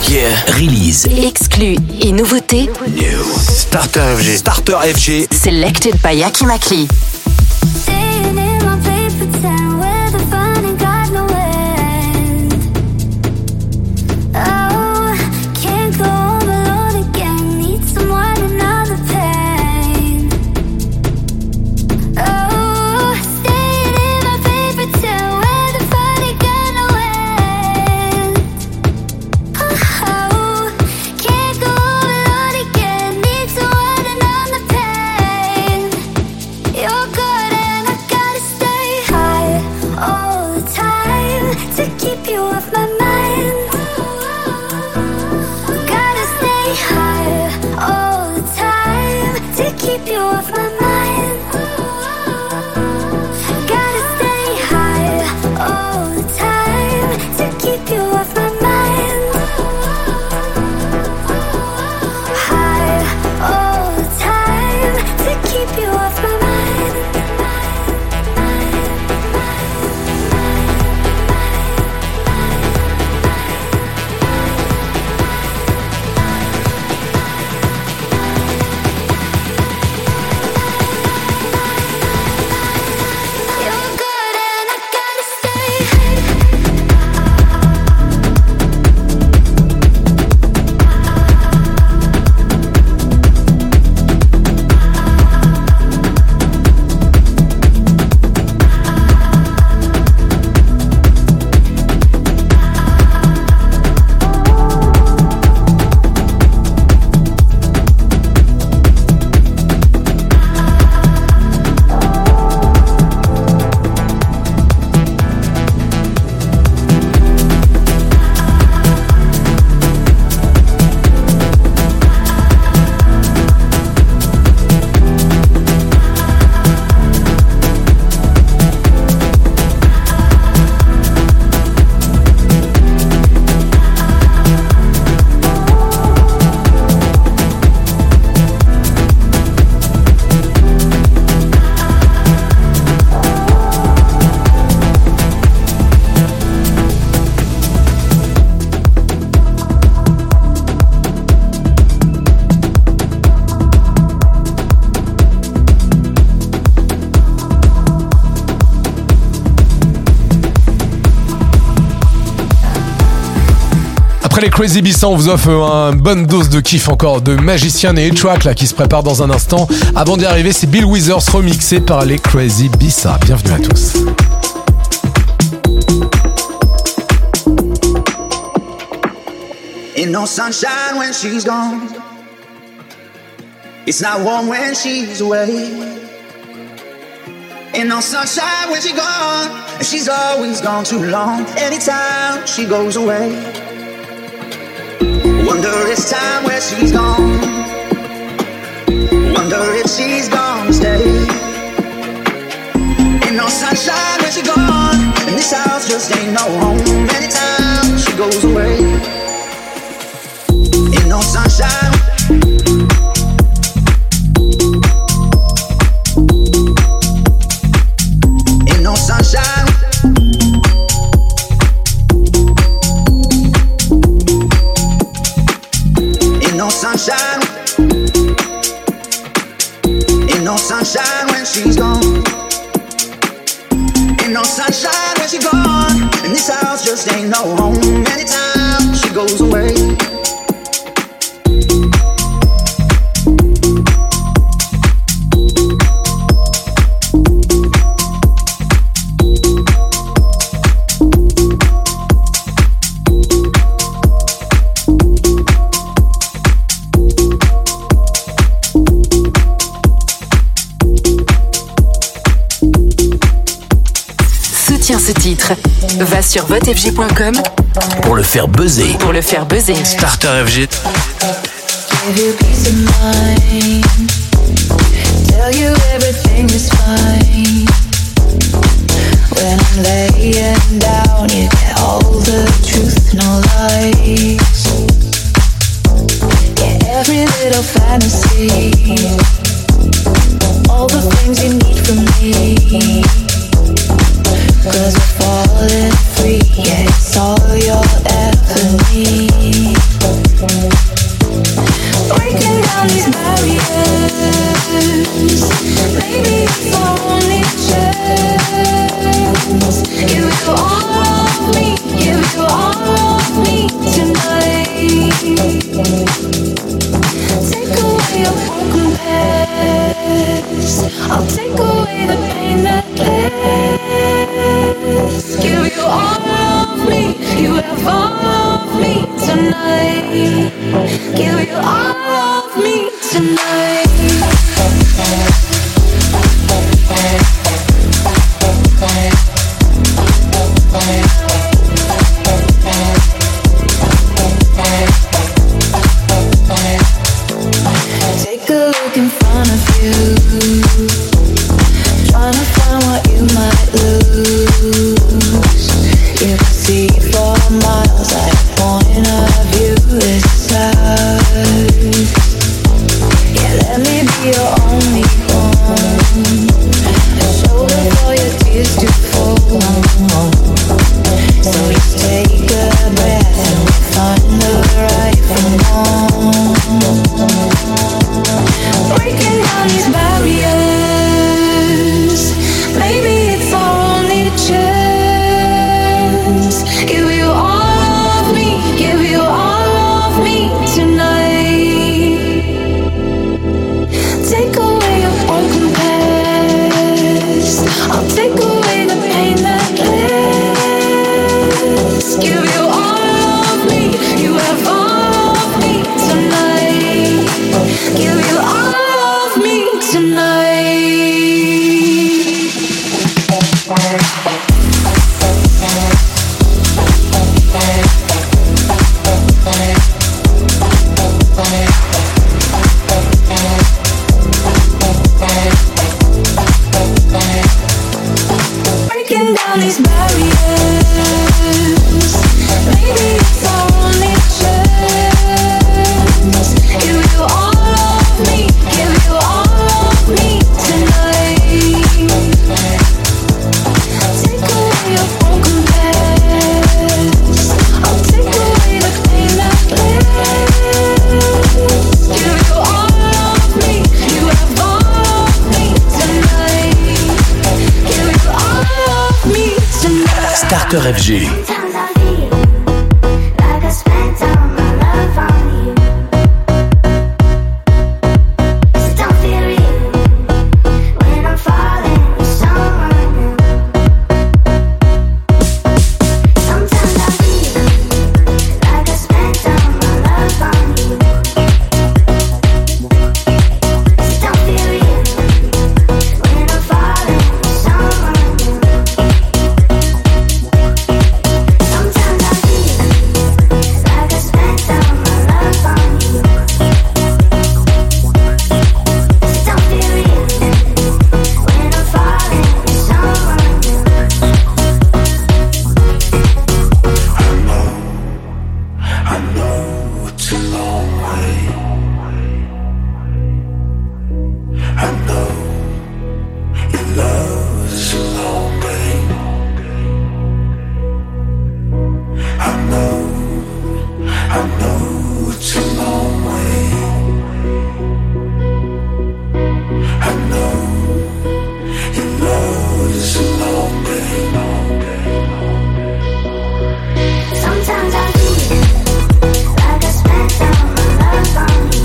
Yeah. Release. Exclus et nouveautés. Starter FG. Starter FG. Selected by Yaki Makli. Staying in my paper town where the fun ain't got no end. Oh, can't go home alone again. Need someone, another pain. Oh, staying in my paper town where the fun ain't got no end. Oh, can't go home alone again. Need someone, another pain. You're good and I gotta stay high all the time to keep you off my mind. Gotta stay high all the time to keep you off my mind. Gotta stay high all the time to keep you off my mind. High all the time to keep you off my mind. You're good and I gotta stay. Après les Crazy Bissa, on vous offre une bonne dose de kiff encore de Magician et A-Track là qui se prépare dans un instant. Avant d'y arriver, c'est Bill Withers remixé par les Crazy Bissa. Bienvenue à tous. Ain't no sunshine when she's gone. It's not warm when she's away. Ain't no sunshine when she's gone. And she's always gone too long. Anytime she goes away. Wonder this time where she's gone. Wonder if she's gonna stay. Ain't no sunshine when she's gone. And this house just ain't no home. Anytime she goes away. Ain't no sunshine. Ain't no sunshine. Ain't no sunshine. Ain't no sunshine when she's gone. Ain't no sunshine when she's gone. And this house just ain't no home. Anytime she goes away. Soutiens ce titre. Va sur votefg.com Pour le faire buzzer. pour le faire buzzer. Starter FG. Give you peace of mind. Tell you everything is fine. When I'm laying down, you get all the truth, no lies. Yeah, every little fantasy. All the things you need from me. 'Cause we're falling free. Yeah, it's all you'll ever need. Take away your broken past. I'll take away the pain that lasts. Give you all of me. You have all of me tonight. Give you all of me tonight. Take a look in front of you, trying to find what you might lose. You can see for miles at a point of view is sight. Yeah, let me be your only one, a shoulder for your tears to fall. So just take a breath and we'll find the right from wrong. Breaking down these barriers, maybe it's our only chance. Give you all of me, give you all of me tonight. Take away your broken past. I'll take away the pain that lasts. Give you all of me, you have all of me tonight. Give you all of me tonight. Breaking down these barriers, maybe it's our only chance. Give you all of me, give you all of me tonight. Take away your broken past. I'll take away the pain that lasts. Give you all of me, you have all of me tonight. Give you all of me tonight. Starter FG. Sometimes I feel like I spent all my love on you. So don't feel real when I'm falling for someone new. Sometimes I feel like I spent all my love on you. So don't feel real when I'm falling for someone new. Sometimes I feel like I spent all my love on you. So don't feel real when I'm falling for someone new. I know it's a long way. I know your love is a long game. I know it's a long way. I know your love is a long game. Sometimes I feel like I spent all my love on you.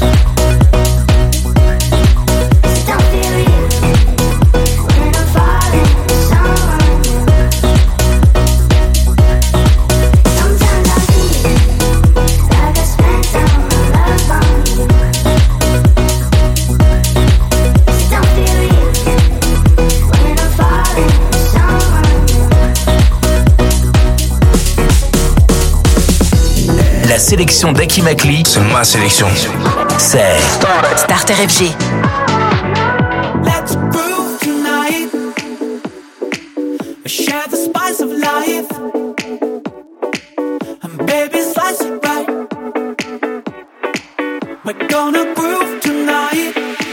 So don't feel real when I'm falling for someone new. Sometimes I feel like I spent all my love on you. So don't feel real when I'm falling for someone new. La sélection d'Aki Makli, C'est ma sélection. c'est Starter FG. Let's groove tonight. Share the spice of life. And baby, slice it right. We're gonna groove tonight.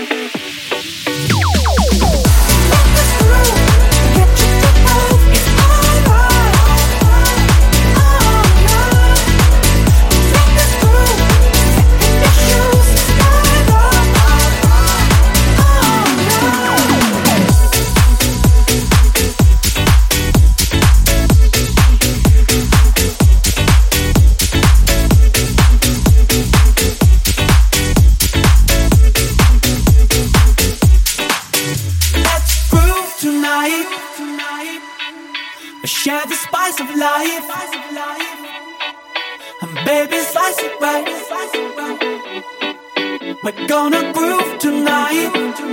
Let this groove get you to move. It's alright. Let this groove take in your shoes. Slide on. spice of life. And baby, slice it right. We're gonna groove tonight.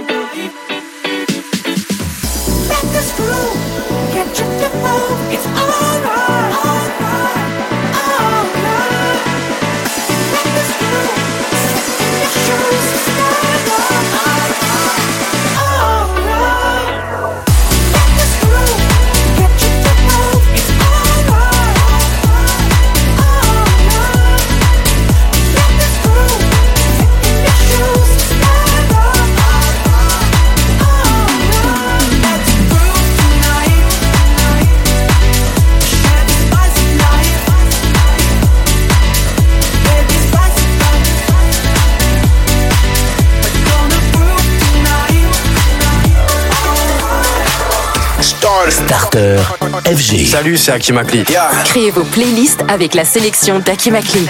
Let this groove get you to move. It's alright, alright, alright. Let this groove step in your shoes. Stand up, alright, alright. Let this groove get you to move. It's alright, alright. Let this groove step in your shoes. Stand up, alright, alright. Let's groove tonight. Share the spice of life. Baby, spice of life. We're gonna groove tonight. Starter FG. Salut, c'est Hakim Akli. Créez vos playlists avec la sélection d'Hakim Akli.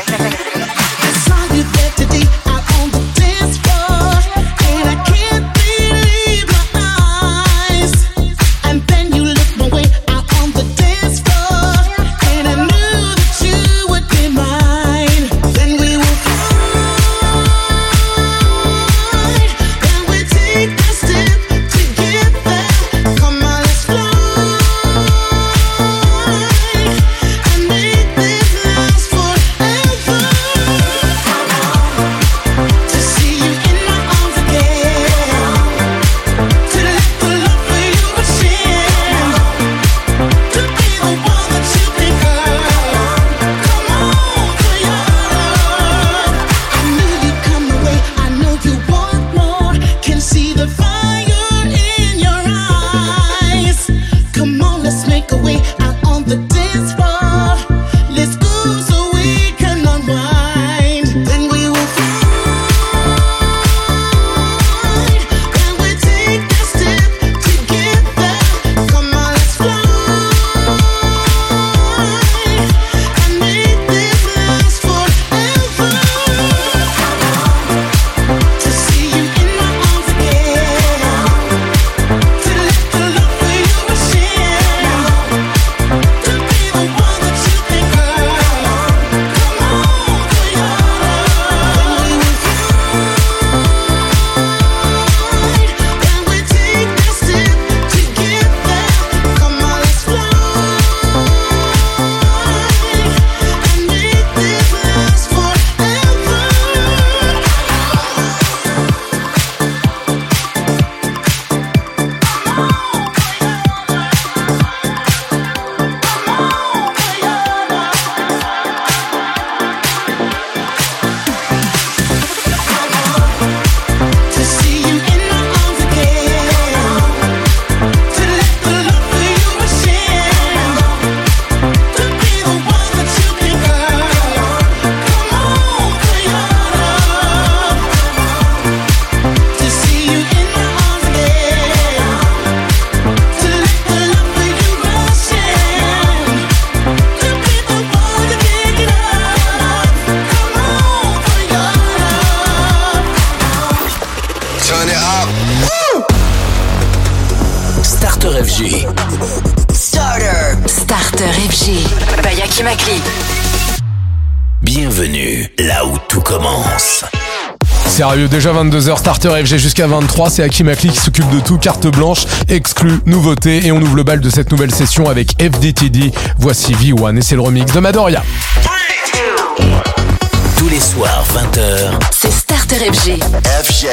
FG. Starter FG. By Hakim Akli. Bienvenue là où tout commence. Sérieux, déjà 22h, Starter FG jusqu'à 23, c'est Hakim Akli qui s'occupe de tout, carte blanche, exclu, nouveauté, et on ouvre le bal de cette nouvelle session avec FDTD. Voici V1 et c'est le remix de Madoria. Tous les soirs, 20h, c'est Starter FG. FG.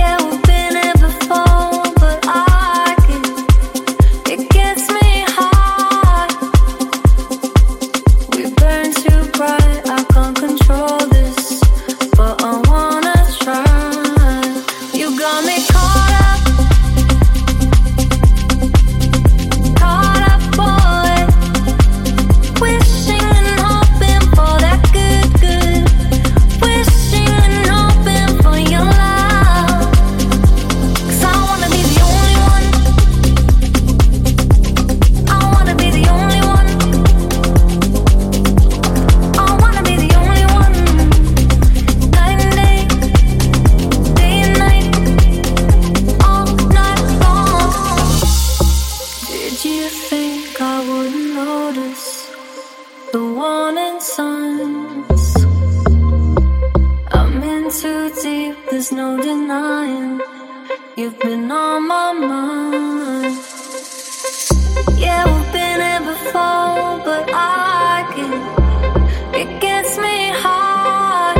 It gets me high. there's no denying you've been on my mind. Yeah, we've been here before, but it gets me hot.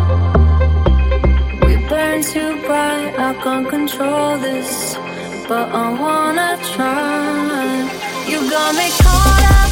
We burn too bright, I can't control this, but I wanna try. You got me caught up.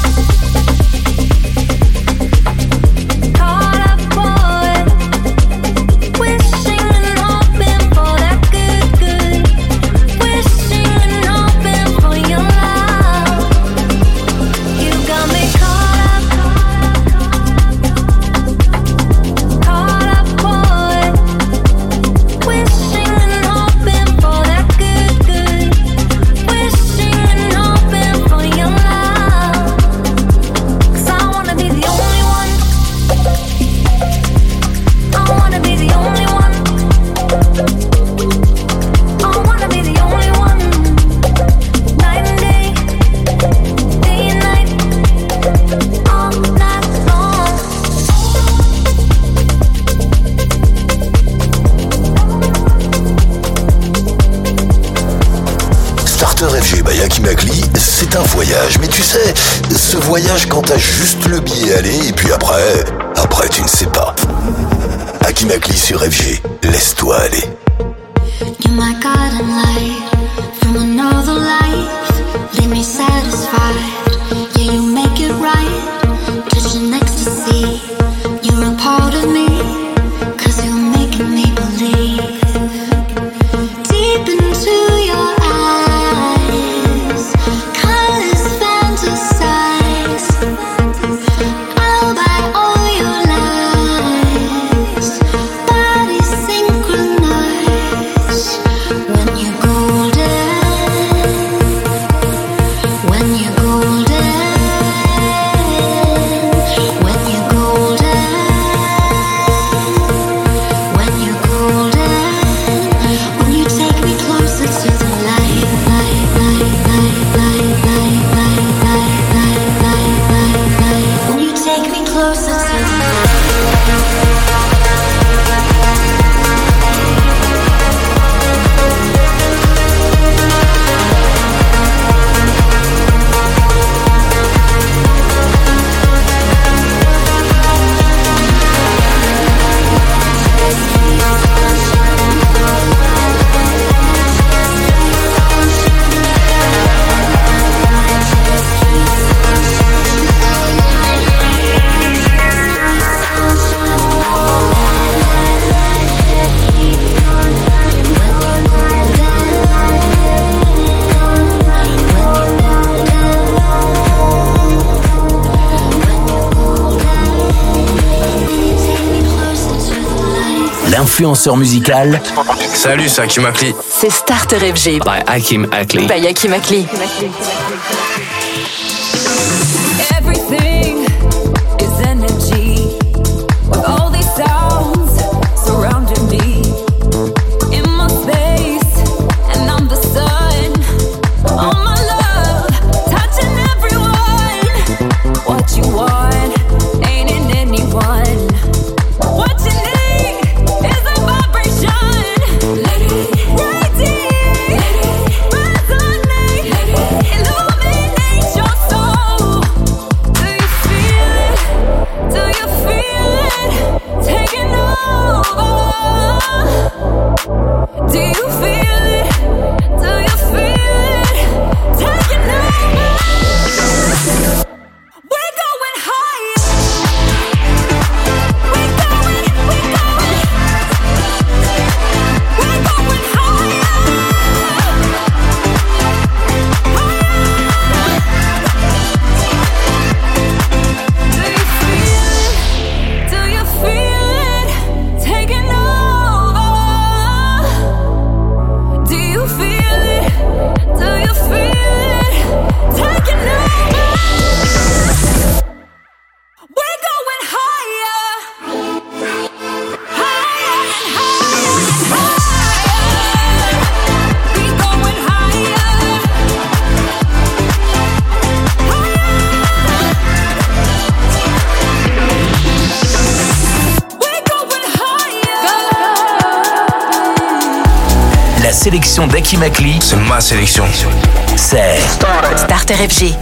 C'est un voyage, mais tu sais, ce voyage quand t'as juste le billet aller et puis après tu ne sais pas. Hakim Akli sur FG, laisse-toi aller. You're my guiding light from another life. Leave me satisfied. Yeah, you make it right. Touching ecstasy. You're a part of me. 'Cause you're making me believe. Deep into your eyes. Colors fantasize. I'll buy all your lies. Bodies synchronized. When you're golden. When you're golden. When you're golden. When you're golden. When you take me closer to the light. When you take me closer to the L'influenceur musical. Salut, c'est Hakim Akli. C'est Starter FG By Hakim Akli. by Hakim Akli. Everything is energy. With all these sounds surrounding me. In my space, and I'm the sun. All my love, touching everyone. What you want, ain't in anyone. What you need is a vibration. Let it radiate, resonate, illuminate your soul. sélection d'Hakim Akli. C'est ma sélection. C'est Starter FG.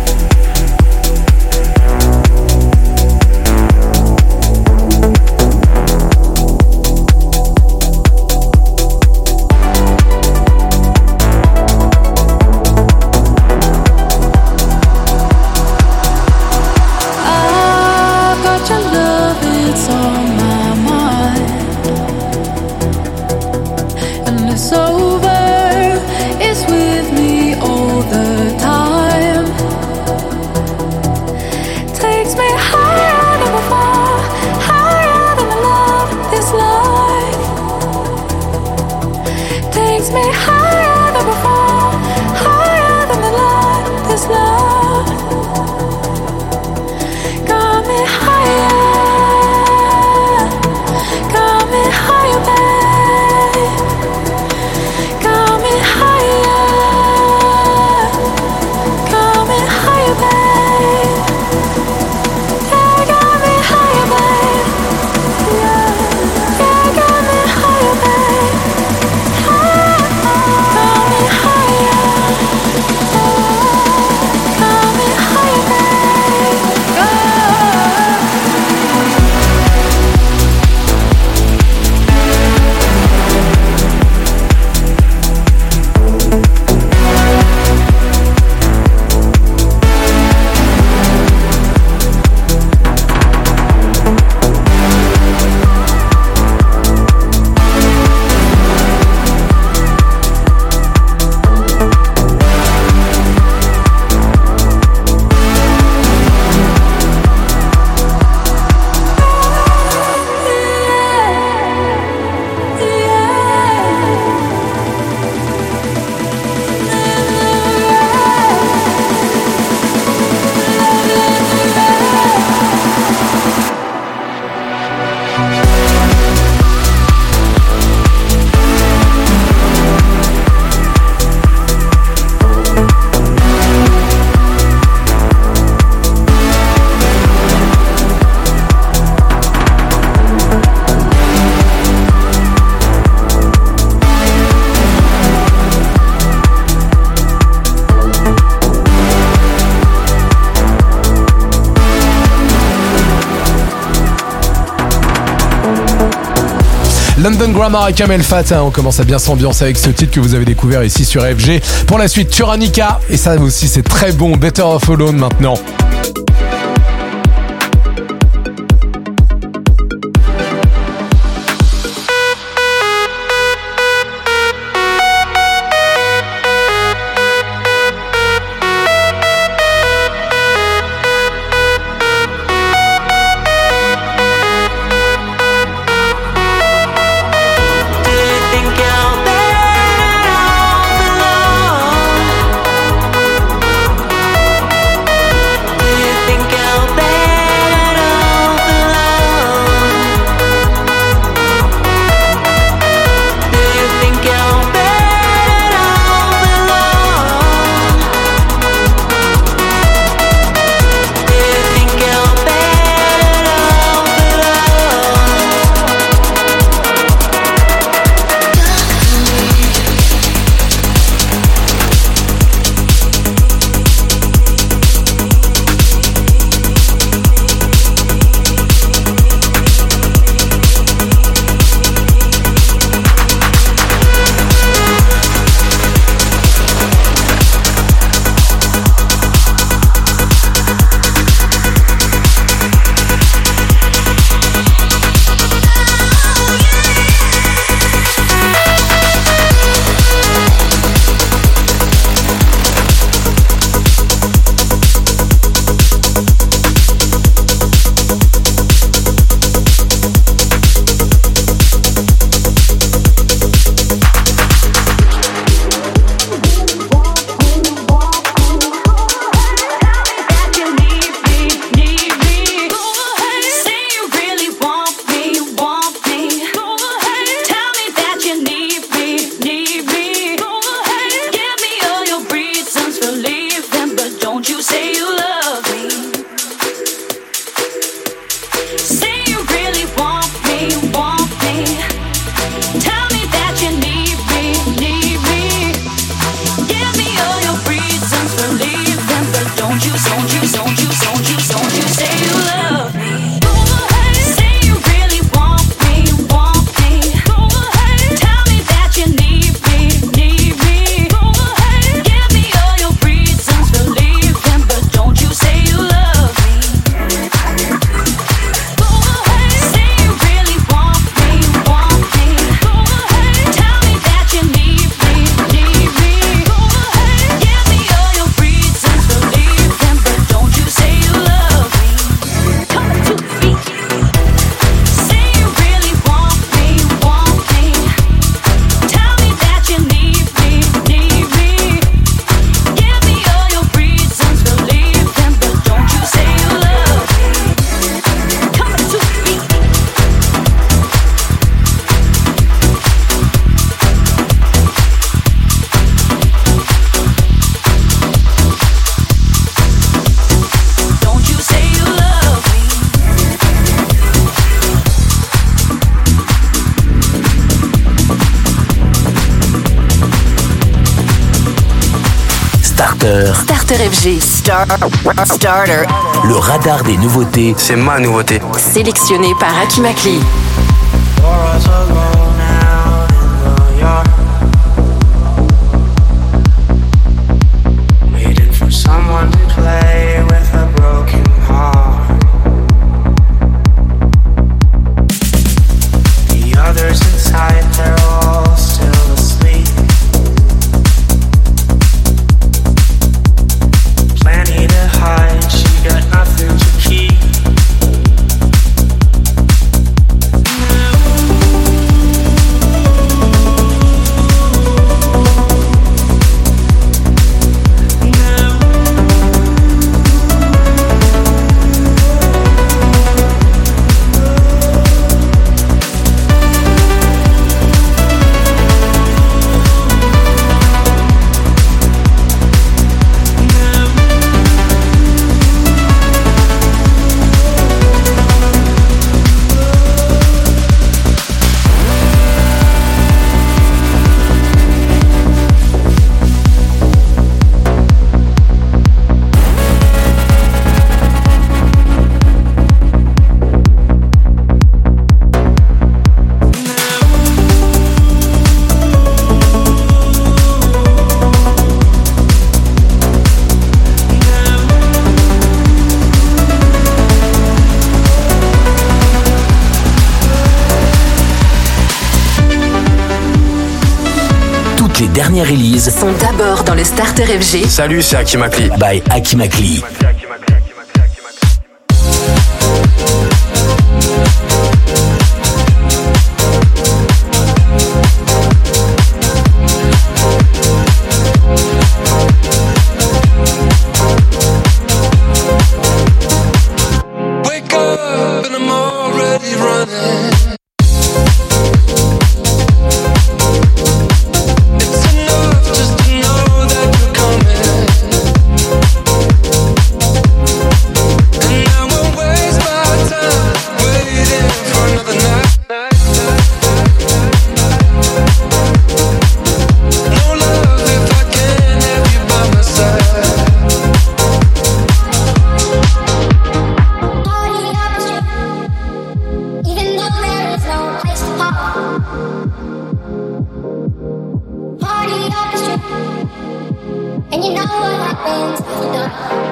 London Grammar et Kamel Fat, on commence à bien s'ambiancer avec ce titre que vous avez découvert ici sur FG. Pour la suite, Turanica, et ça aussi c'est très bon, Better Off Alone maintenant. Do Starter. Starter FG. Starter. Le radar des nouveautés. C'est ma nouveauté. Sélectionné par Hakim Akli. Waiting for someone to play with a broken heart. The others inside, they're all still asleep. Plenty to hide, she got nothing to keep. Les dernières releases sont d'abord dans le Starter FG. Salut, c'est Hakim Akli. By Hakim Akli. Wake up and I'm already running. And you know what happens after dark.